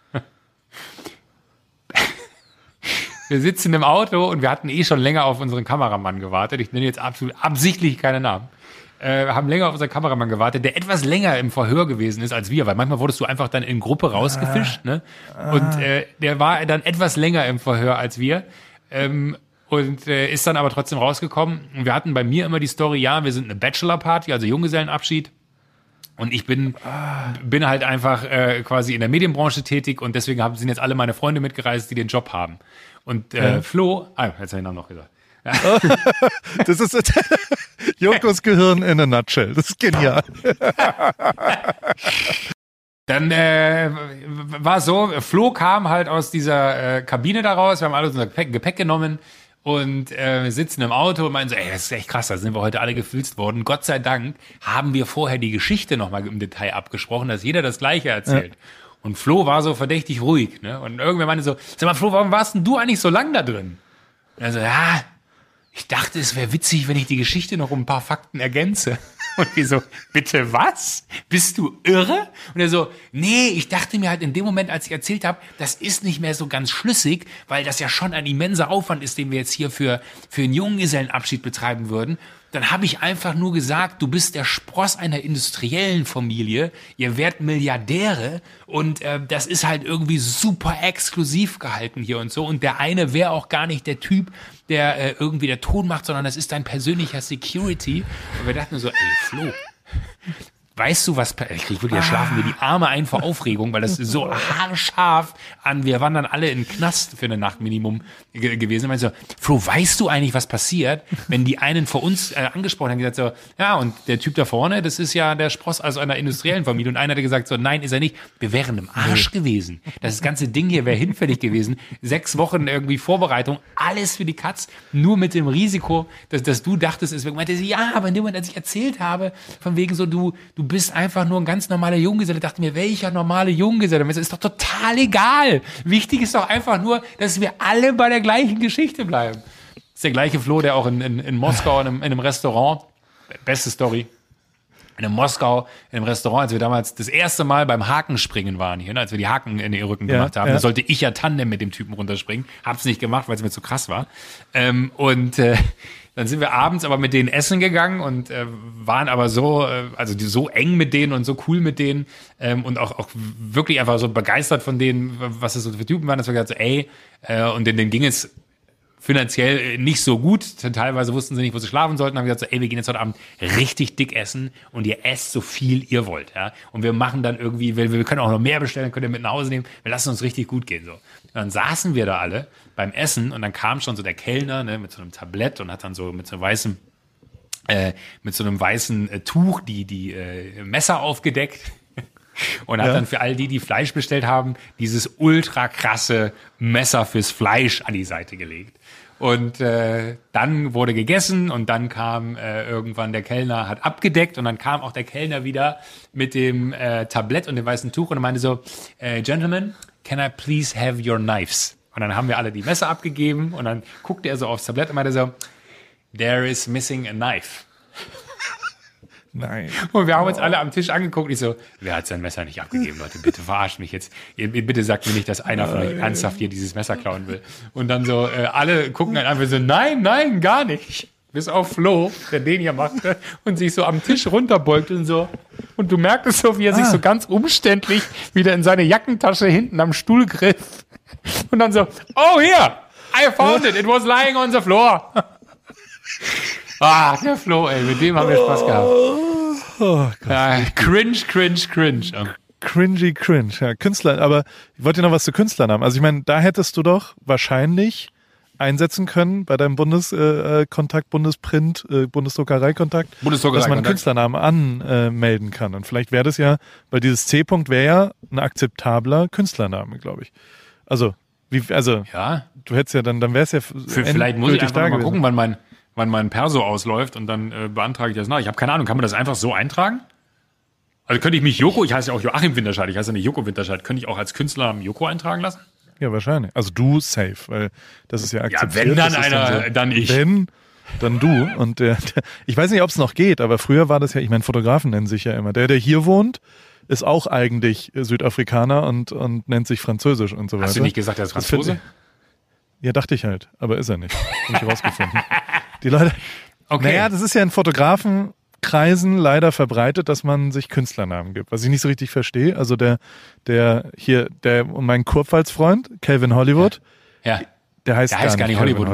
Wir sitzen im Auto und wir hatten schon länger auf unseren Kameramann gewartet. Ich nenne jetzt absolut absichtlich keine Namen. Haben länger auf unseren Kameramann gewartet, der etwas länger im Verhör gewesen ist als wir, weil manchmal wurdest du einfach dann in Gruppe rausgefischt, ne? Und der war dann etwas länger im Verhör als wir. Und ist dann aber trotzdem rausgekommen. Und wir hatten bei mir immer die Story, wir sind eine Bachelor-Party, also Junggesellenabschied. Und ich bin halt einfach quasi in der Medienbranche tätig und deswegen sind jetzt alle meine Freunde mitgereist, die den Job haben. Und Flo, jetzt habe ich den Namen noch gesagt. Das ist Jokos Gehirn in a nutshell. Das ist genial. Dann war so, Flo kam halt aus dieser Kabine da raus, wir haben alles unser Gepäck genommen und sitzen im Auto und meinen so, das ist echt krass, da sind wir heute alle gefilzt worden. Gott sei Dank haben wir vorher die Geschichte nochmal im Detail abgesprochen, dass jeder das Gleiche erzählt. Ja. Und Flo war so verdächtig ruhig, ne? Und irgendwer meinte so, sag mal Flo, warum warst denn du eigentlich so lang da drin? Und er so, ich dachte, es wäre witzig, wenn ich die Geschichte noch um ein paar Fakten ergänze. Und wir so, bitte was? Bist du irre? Und er so, nee, ich dachte mir halt in dem Moment, als ich erzählt habe, das ist nicht mehr so ganz schlüssig, weil das ja schon ein immenser Aufwand ist, den wir jetzt hier für einen Junggesellenabschied betreiben würden. Dann habe ich einfach nur gesagt, du bist der Spross einer industriellen Familie, ihr werdet Milliardäre und das ist halt irgendwie super exklusiv gehalten hier und so. Und der eine wäre auch gar nicht der Typ, der irgendwie der Ton macht, sondern das ist dein persönlicher Security. Und wir dachten so, Flo, weißt du, was ich krieg wirklich, schlafen mir die Arme ein vor Aufregung, weil das so haarscharf wir waren dann alle in Knast für eine Nacht Minimum gewesen. Und so, Flo, weißt du eigentlich, was passiert, wenn die einen vor uns angesprochen haben, gesagt so, und der Typ da vorne, das ist ja der Spross also einer industriellen Familie. Und einer hat gesagt so, nein, ist er nicht. Wir wären im Arsch gewesen. Das ganze Ding hier wäre hinfällig gewesen. 6 Wochen irgendwie Vorbereitung, alles für die Katz, nur mit dem Risiko, dass du dachtest, es meinte sie, aber in dem Moment, als ich erzählt habe, von wegen so, du bist einfach nur ein ganz normaler Junggeselle. Ich dachte mir, welcher normale Junggeselle? Das ist doch total egal. Wichtig ist doch einfach nur, dass wir alle bei der gleichen Geschichte bleiben. Das ist der gleiche Flo, der auch in Moskau in einem Restaurant, beste Story, in Moskau, in einem Restaurant, als wir damals das erste Mal beim Hakenspringen waren hier, als wir die Haken in den Rücken gemacht haben, da sollte ich ja Tandem mit dem Typen runterspringen. Hab's nicht gemacht, weil es mir zu krass war. Dann sind wir abends aber mit denen essen gegangen und waren aber so, so eng mit denen und so cool mit denen und auch wirklich einfach so begeistert von denen, was es so für Typen waren, dass wir gesagt so, und denen ging es finanziell nicht so gut. Teilweise wussten sie nicht, wo sie schlafen sollten. Haben gesagt so, wir gehen jetzt heute Abend richtig dick essen und ihr esst so viel ihr wollt, ja. Und wir machen dann irgendwie, wir können auch noch mehr bestellen, könnt ihr mit nach Hause nehmen. Wir lassen uns richtig gut gehen, so. Und dann saßen wir da alle beim Essen und dann kam schon so der Kellner, ne, mit so einem Tablett und hat dann so mit so einem weißen Tuch die Messer aufgedeckt. Und hat dann für all die Fleisch bestellt haben, dieses ultra krasse Messer fürs Fleisch an die Seite gelegt. Und dann wurde gegessen und dann kam irgendwann der Kellner, hat abgedeckt und dann kam auch der Kellner wieder mit dem Tablett und dem weißen Tuch und meinte so, Gentlemen, can I please have your knives? Und dann haben wir alle die Messer abgegeben und dann guckte er so aufs Tablett und meinte so, there is missing a knife. Nein. Und wir haben uns alle am Tisch angeguckt. Ich so, wer hat sein Messer nicht abgegeben, Leute? Bitte verarscht mich jetzt. Bitte sagt mir nicht, dass einer von euch ernsthaft hier dieses Messer klauen will. Und dann so, alle gucken dann einfach so, nein, gar nicht. Bis auf Flo, der den hier machte und sich so am Tisch runterbeugt und so. Und du merkst es so, wie er sich so ganz umständlich wieder in seine Jackentasche hinten am Stuhl griff. Und dann so, oh, here, I found it. It was lying on the floor. Der Flo, mit dem haben wir Spaß gehabt. Oh Gott. Cringe. cringy cringe. Ja, Künstler, aber ich wollte noch was zu Künstlern haben. Also ich meine, da hättest du doch wahrscheinlich einsetzen können bei deinem Bundeskontakt, Bundesprint, Bundesdruckereikontakt, dass man einen Künstlernamen anmelden kann. Und vielleicht wäre das ja, weil dieses C-Punkt wäre ja ein akzeptabler Künstlername, glaube ich. Also, ja. Du hättest ja dann wäre es ja vielleicht muss ich einfach mal gucken, wann mein Perso ausläuft und dann beantrage ich das nach. Ich habe keine Ahnung, kann man das einfach so eintragen? Also könnte ich mich ich heiße ja auch Joachim Winterscheid, ich heiße ja nicht Joko Winterscheid, könnte ich auch als Künstlernamen Joko eintragen lassen? Ja, wahrscheinlich. Also du safe, weil das ist ja akzeptiert. Ja, wenn dann einer, dann ich. Wenn, dann du. Und ich weiß nicht, ob es noch geht, aber früher war das ja, ich meine, Fotografen nennen sich ja immer. Der hier wohnt, ist auch eigentlich Südafrikaner und nennt sich Französisch und so weiter. Hast du nicht gesagt, er ist Franzose? Ja, dachte ich halt, aber ist er nicht. Hab ich rausgefunden. Die Leute, okay. Naja, das ist ja in Fotografenkreisen leider verbreitet, dass man sich Künstlernamen gibt, was ich nicht so richtig verstehe. Also mein Kurpfalz-Freund, Calvin Hollywood, ja. der heißt gar nicht Hollywood.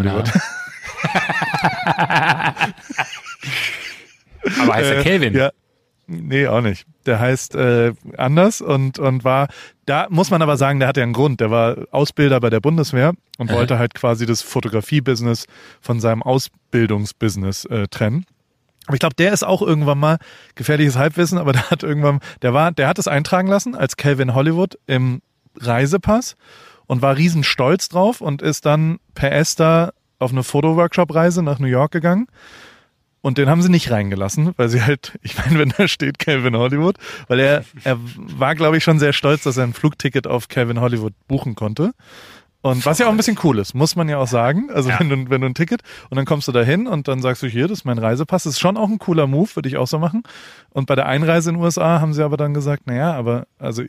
Aber heißt er Calvin? Ja. Nee, auch nicht. Der heißt anders und war, da muss man aber sagen, der hatte ja einen Grund. Der war Ausbilder bei der Bundeswehr und wollte halt quasi das Fotografie-Business von seinem Ausbildungsbusiness trennen. Aber ich glaube, der ist auch irgendwann mal, gefährliches Halbwissen, aber der hat es eintragen lassen als Calvin Hollywood im Reisepass und war riesen stolz drauf und ist dann per ESTA auf eine Fotoworkshop-Reise nach New York gegangen. Und den haben sie nicht reingelassen, weil sie halt, ich meine, wenn da steht Calvin Hollywood, weil er war, glaube ich, schon sehr stolz, dass er ein Flugticket auf Calvin Hollywood buchen konnte. Und was ja auch ein bisschen cool ist, muss man ja auch sagen. Also wenn du ein Ticket und dann kommst du da hin und dann sagst du, hier, das ist mein Reisepass. Das ist schon auch ein cooler Move, würde ich auch so machen. Und bei der Einreise in den USA haben sie aber dann gesagt, naja, aber also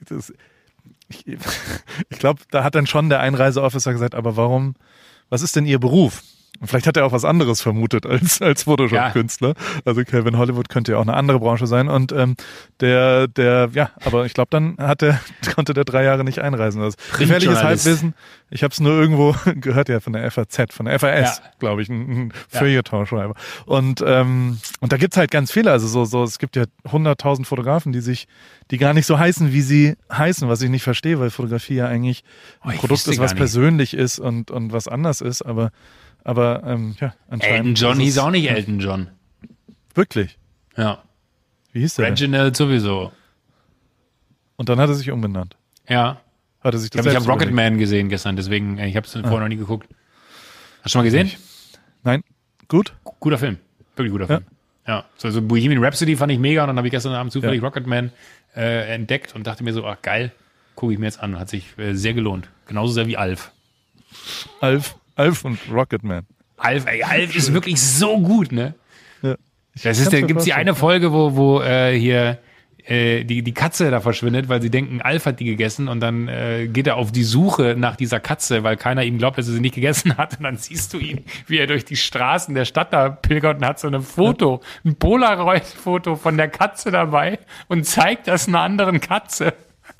ich glaube, da hat dann schon der Einreiseofficer gesagt, aber was ist denn Ihr Beruf? Und vielleicht hat er auch was anderes vermutet als Photoshop-Künstler. Ja. Also Calvin Hollywood könnte ja auch eine andere Branche sein. Und aber ich glaube, dann konnte der 3 Jahre nicht einreisen. Das gefährliches Halbwissen. Ich habe es nur irgendwo gehört, ja, von der FAZ, von der FAS, glaube ich, ein Feuilleton-Schreiber. Und da gibt's halt ganz viele. Also es gibt ja 100.000 Fotografen, die gar nicht so heißen, wie sie heißen, was ich nicht verstehe, weil Fotografie ja eigentlich ein Produkt ist, was persönlich ist und was anders ist. Aber anscheinend. Elton John hieß auch nicht Elton John. Wirklich? Ja. Wie hieß der? Reginald sowieso. Und dann hat er sich umbenannt. Ja. Hat er sich das ich habe Rocketman gesehen gestern, deswegen, ich habe es vorher noch nie geguckt. Hast du schon mal gesehen? Nein. Gut? Guter Film. Wirklich guter Film. Ja. Also Bohemian Rhapsody fand ich mega und dann habe ich gestern Abend zufällig Rocketman entdeckt und dachte mir so, ach geil, gucke ich mir jetzt an. Hat sich sehr gelohnt. Genauso sehr wie Alf. Alf und Rocketman. Alf ist wirklich so gut, ne? Ja. Gibt's die eine Folge, wo hier die Katze da verschwindet, weil sie denken, Alf hat die gegessen und dann geht er auf die Suche nach dieser Katze, weil keiner ihm glaubt, dass er sie nicht gegessen hat und dann siehst du ihn, wie er durch die Straßen der Stadt da pilgert und hat so ein Polaroid-Foto von der Katze dabei und zeigt das einer anderen Katze.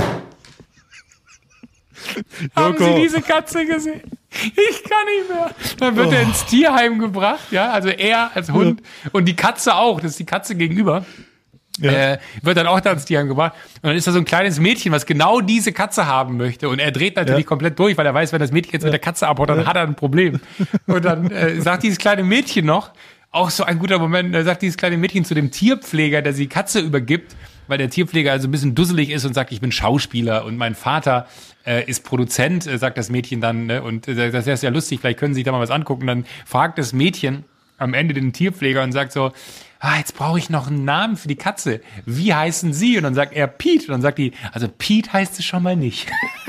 Haben Sie diese Katze gesehen? Ich kann nicht mehr. Dann wird er ins Tierheim gebracht, ja, also er als Hund und die Katze auch, das ist die Katze gegenüber, wird dann auch da ins Tierheim gebracht und dann ist da so ein kleines Mädchen, was genau diese Katze haben möchte und er dreht natürlich komplett durch, weil er weiß, wenn das Mädchen jetzt mit der Katze abhaut, dann hat er ein Problem. Und dann sagt dieses kleine Mädchen noch, auch so ein guter Moment, da sagt dieses kleine Mädchen zu dem Tierpfleger, der sie Katze übergibt, weil der Tierpfleger also ein bisschen dusselig ist und sagt, ich bin Schauspieler und mein Vater ist Produzent, sagt das Mädchen dann, ne? Und das ist ja lustig, vielleicht können Sie sich da mal was angucken. Dann fragt das Mädchen am Ende den Tierpfleger und sagt so, jetzt brauche ich noch einen Namen für die Katze. Wie heißen Sie? Und dann sagt er Pete. Und dann sagt die, also Pete heißt es schon mal nicht.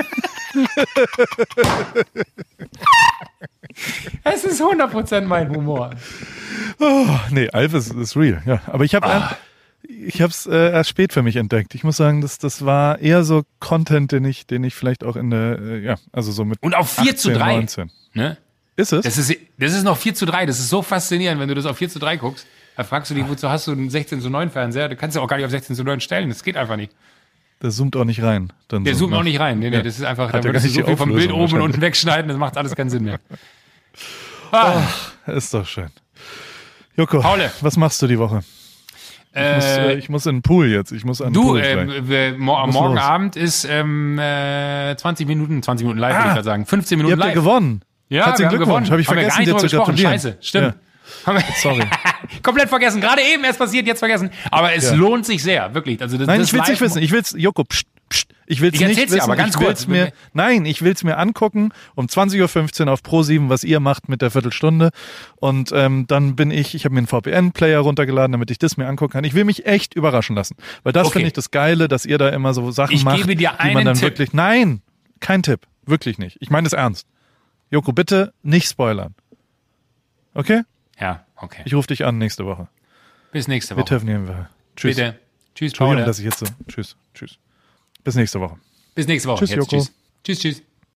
Es ist 100% mein Humor. Nee, Alf ist real, ja. Aber ich habe es erst spät für mich entdeckt. Ich muss sagen, das war eher so Content, den ich vielleicht auch in der, also so mit und auf 4:3, 19. Ne? Ist es? Das ist noch 4:3. Das ist so faszinierend, wenn du das auf 4:3 guckst. Da fragst du dich, wozu hast du einen 16:9 Fernseher? Du kannst ja auch gar nicht auf 16:9 stellen. Das geht einfach nicht. Der zoomt auch nicht rein. Der zoomt auch nicht rein. Nee, das ist einfach, da würdest du so viel vom Bild oben und unten wegschneiden, das macht alles keinen Sinn mehr. Ist doch schön. Joko, Paule, was machst du die Woche? Ich muss in den Pool jetzt. Ich muss an den Pool morgen Abend ist 20 Minuten live, würde ich gerade sagen. 15 Minuten live. Ihr habt ja gewonnen. Ja, herzlichen Glückwunsch. Habe ich vergessen, dir zu gratulieren. Scheiße, stimmt. Ja. Sorry. Komplett vergessen. Gerade eben erst passiert, jetzt vergessen. Aber es lohnt sich sehr, wirklich. Also Nein, ich will es nicht wissen. Ich will's, Joko, ich will's nicht wissen. Aber ganz kurz. Ich will's mir angucken um 20.15 Uhr auf Pro7, was ihr macht mit der Viertelstunde. Und dann ich habe mir einen VPN-Player runtergeladen, damit ich das mir angucken kann. Ich will mich echt überraschen lassen. Weil das finde ich das Geile, dass ihr da immer so Sachen macht, gebe dir die man dann Tipp. wirklich... Nein, kein Tipp. Wirklich nicht. Ich meine es ernst. Joko, bitte nicht spoilern. Okay? Ja, okay. Ich rufe dich an nächste Woche. Bis nächste Woche. Wir telefonieren. Tschüss. Bitte. Tschüss, Entschuldigung, Paul. dass ich jetzt so... Tschüss. Bis nächste Woche. Bis nächste Woche. Tschüss, Joko. Tschüss. Tschüss.